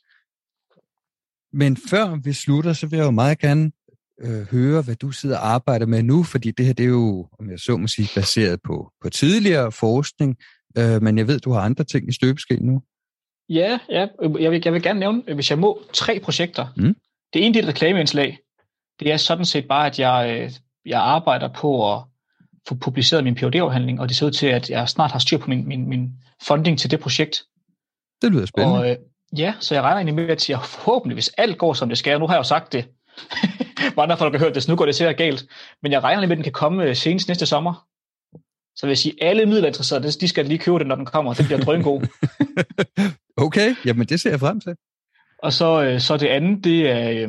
Men før vi slutter, så vil jeg jo meget gerne høre, hvad du sidder og arbejder med nu, fordi det her, det er jo, om jeg så må sige, baseret på tidligere forskning, men jeg ved, du har andre ting i støbeskeen nu. Ja, jeg vil gerne nævne, hvis jeg må, 3 projekter. Det ene, det er et reklameindslag. Det er sådan set bare, at jeg arbejder på at få publiceret min PhD-afhandling, og det ser ud til, at jeg snart har styr på min funding til det projekt. Det lyder spændende. Og, så jeg regner egentlig med, at jeg forhåbentlig, hvis alt går, som det skal, nu har jeg jo sagt det, hvor andre folk har hørt det, så nu går det sikkert galt, men jeg regner med, at den kan komme senest næste sommer. Så vil jeg sige, alle middelinteresserede, de skal lige købe den, når den kommer. Det bliver drøngod. Okay, jamen det ser jeg frem til. Og så det andet, det er,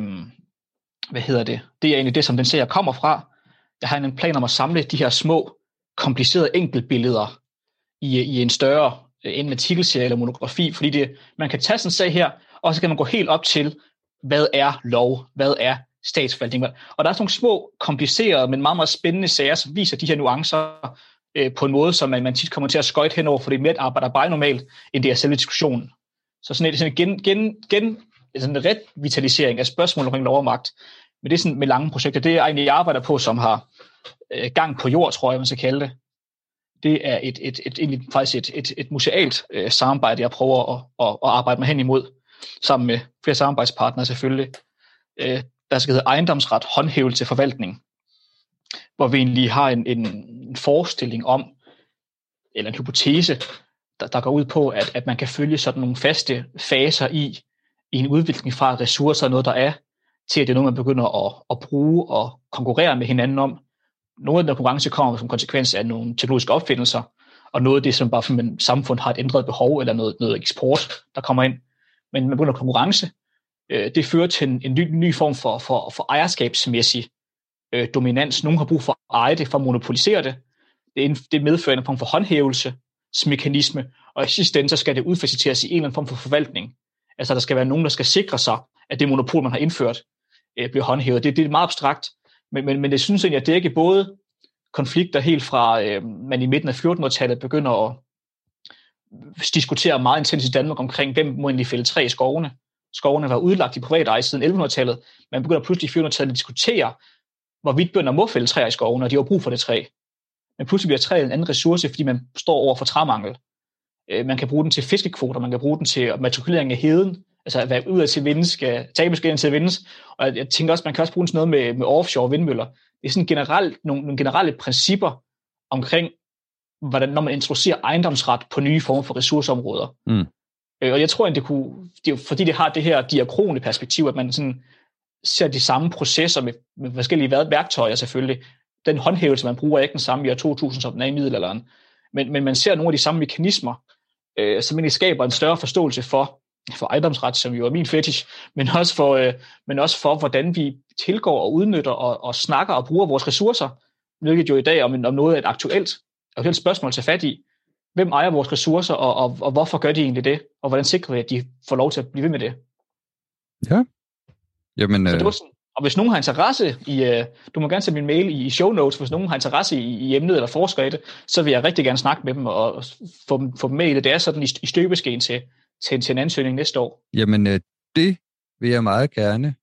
det er egentlig det, som den serie kommer fra. Jeg har en plan om at samle de her små, komplicerede enkeltbilleder i en større, en artikelserie eller monografi, fordi man kan tage sådan en sag her, og så kan man gå helt op til, hvad er lov, hvad er statsforvaltning. Og der er sådan nogle små, komplicerede, men meget, meget spændende sager, som viser de her nuancer på en måde, som man tit kommer til at skøjte henover, for det er mere et arbejder bare normalt, end det er selve diskussionen. Så sådan en revitalisering af spørgsmål omkring lov og magt, men det er sådan med lange projekter. Det er egentlig, jeg arbejder på, som har gang på jord, tror jeg, man skal kalde det. Det er et musealt samarbejde, jeg prøver at arbejde mig hen imod, sammen med flere samarbejdspartnere selvfølgelig. Der skal hedde ejendomsret, håndhævelse, forvaltning, hvor vi egentlig har en forestilling om, eller en hypotese, der går ud på, at man kan følge sådan nogle faste faser i en udvikling fra ressourcer, noget der er, til at det er noget, man begynder at bruge og konkurrere med hinanden om. Noget af den konkurrence kommer som konsekvens af nogle teknologiske opfindelser, og noget af det, som bare for et samfund har et ændret behov, eller noget eksport, der kommer ind. Men man begynder konkurrence. Det fører til en ny form for ejerskabsmæssig dominans. Nogen har brug for at eje det, for at monopolisere det. Det medfører en form for håndhævelsesmekanisme, og i sidste ende, så skal det udfaciliteres i en eller anden form for forvaltning. Altså, der skal være nogen, der skal sikre sig, at det monopol, man har indført, bliver håndhævet. Det er meget abstrakt, men det synes jeg, at dække både konflikter helt fra, man i midten af 1400-tallet begynder at diskutere meget intens i Danmark omkring, hvem må egentlig fælde træ i skovene. Skovene var udlagt i privat eje siden 1100-tallet. Man begynder pludselig i 1400-tallet at diskutere, hvorvidt bønder må fælde træer i skovene, og de har brug for det træ. Men pludselig bliver træet en anden ressource, fordi man står over for træmangel. Man kan bruge den til fiskekvoter, man kan bruge den til matrikulering af heden, altså at være ud af til vindes, skal tabeskæden til vindes. Og jeg tænker også, man kan også bruge sådan noget med offshore vindmøller. Det er sådan nogle generelle principper omkring, hvordan, når man introducerer ejendomsret på nye former for ressourceområder. Og jeg tror, at det er fordi det har det her diakrone perspektiv, at man sådan ser de samme processer med forskellige værktøjer selvfølgelig. Den håndhævelse, man bruger, er ikke den samme i år 2000, som den er i middelalderen. Men man ser nogle af de samme mekanismer, som egentlig skaber en større forståelse for ejendomsret, som jo er min fetish, men også for hvordan vi tilgår og udnytter og snakker og bruger vores ressourcer, hvilket jo i dag om noget er et aktuelt spørgsmål at tage fat i. Hvem ejer vores ressourcer, og hvorfor gør de egentlig det? Og hvordan sikrer vi, at de får lov til at blive ved med det? Ja. Jamen, så det var sådan, og hvis nogen har interesse i, du må gerne sende min mail i show notes, hvis nogen har interesse i emnet eller forsker i det, så vil jeg rigtig gerne snakke med dem og få dem med i det. Det er sådan i støbeskeen til en ansøgning næste år. Jamen, det vil jeg meget gerne.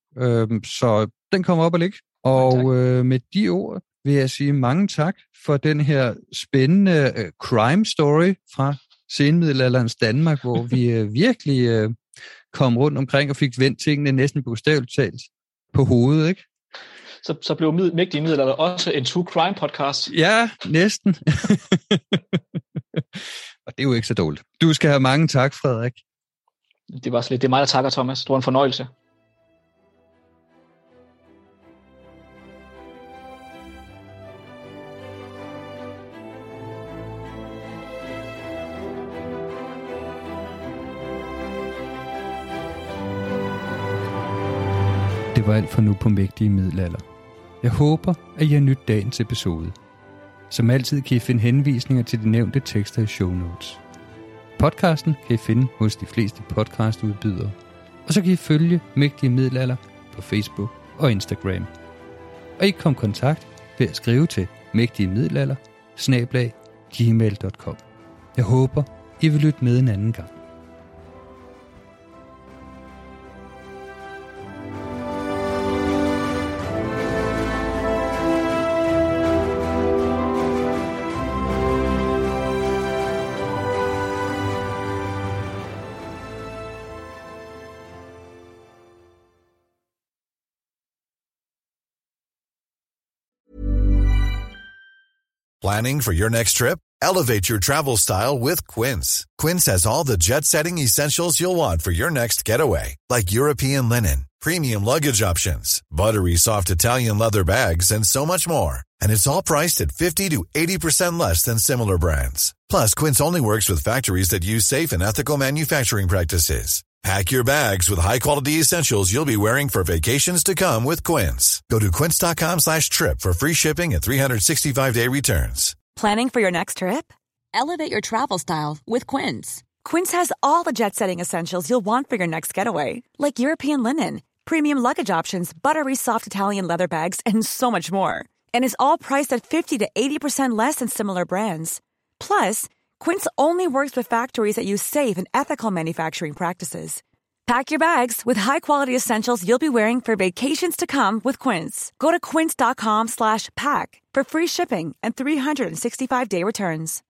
Så den kommer op og ligge. Og med de ord vil jeg sige mange tak for den her spændende crime story fra senmiddelalderens Danmark, hvor vi virkelig kom rundt omkring og fik vendt tingene næsten bogstaveligt talt på hovedet, ikke? Så blev Mægtige Middelalder også en true crime podcast. Ja, næsten. Og det er jo ikke så dårligt. Du skal have mange tak, Frederik. Det var slet. Det er mig, der takker, Thomas. Det var en fornøjelse. Det var alt for nu på Mægtige Middelalder. Jeg håber, at I har nydt dagens episode. Som altid kan I finde henvisninger til de nævnte tekster i show notes. Podcasten kan I finde hos de fleste podcastudbydere. Og så kan I følge Mægtige Middelalder på Facebook og Instagram. Og I kan komme i kontakt ved at skrive til mægtigemiddelalder@gmail.com. Jeg håber, I vil lytte med en anden gang. Planning for your next trip? Elevate your travel style with Quince. Quince has all the jet-setting essentials you'll want for your next getaway, like European linen, premium luggage options, buttery soft Italian leather bags, and so much more. And it's all priced at 50 to 80% less than similar brands. Plus, Quince only works with factories that use safe and ethical manufacturing practices. Pack your bags with high-quality essentials you'll be wearing for vacations to come with Quince. Go to quince.com/trip for free shipping and 365-day returns. Planning for your next trip? Elevate your travel style with Quince. Quince has all the jet-setting essentials you'll want for your next getaway, like European linen, premium luggage options, buttery soft Italian leather bags, and so much more. And is all priced at 50 to 80% less than similar brands. Plus, Quince only works with factories that use safe and ethical manufacturing practices. Pack your bags with high-quality essentials you'll be wearing for vacations to come with Quince. Go to quince.com/pack for free shipping and 365-day returns.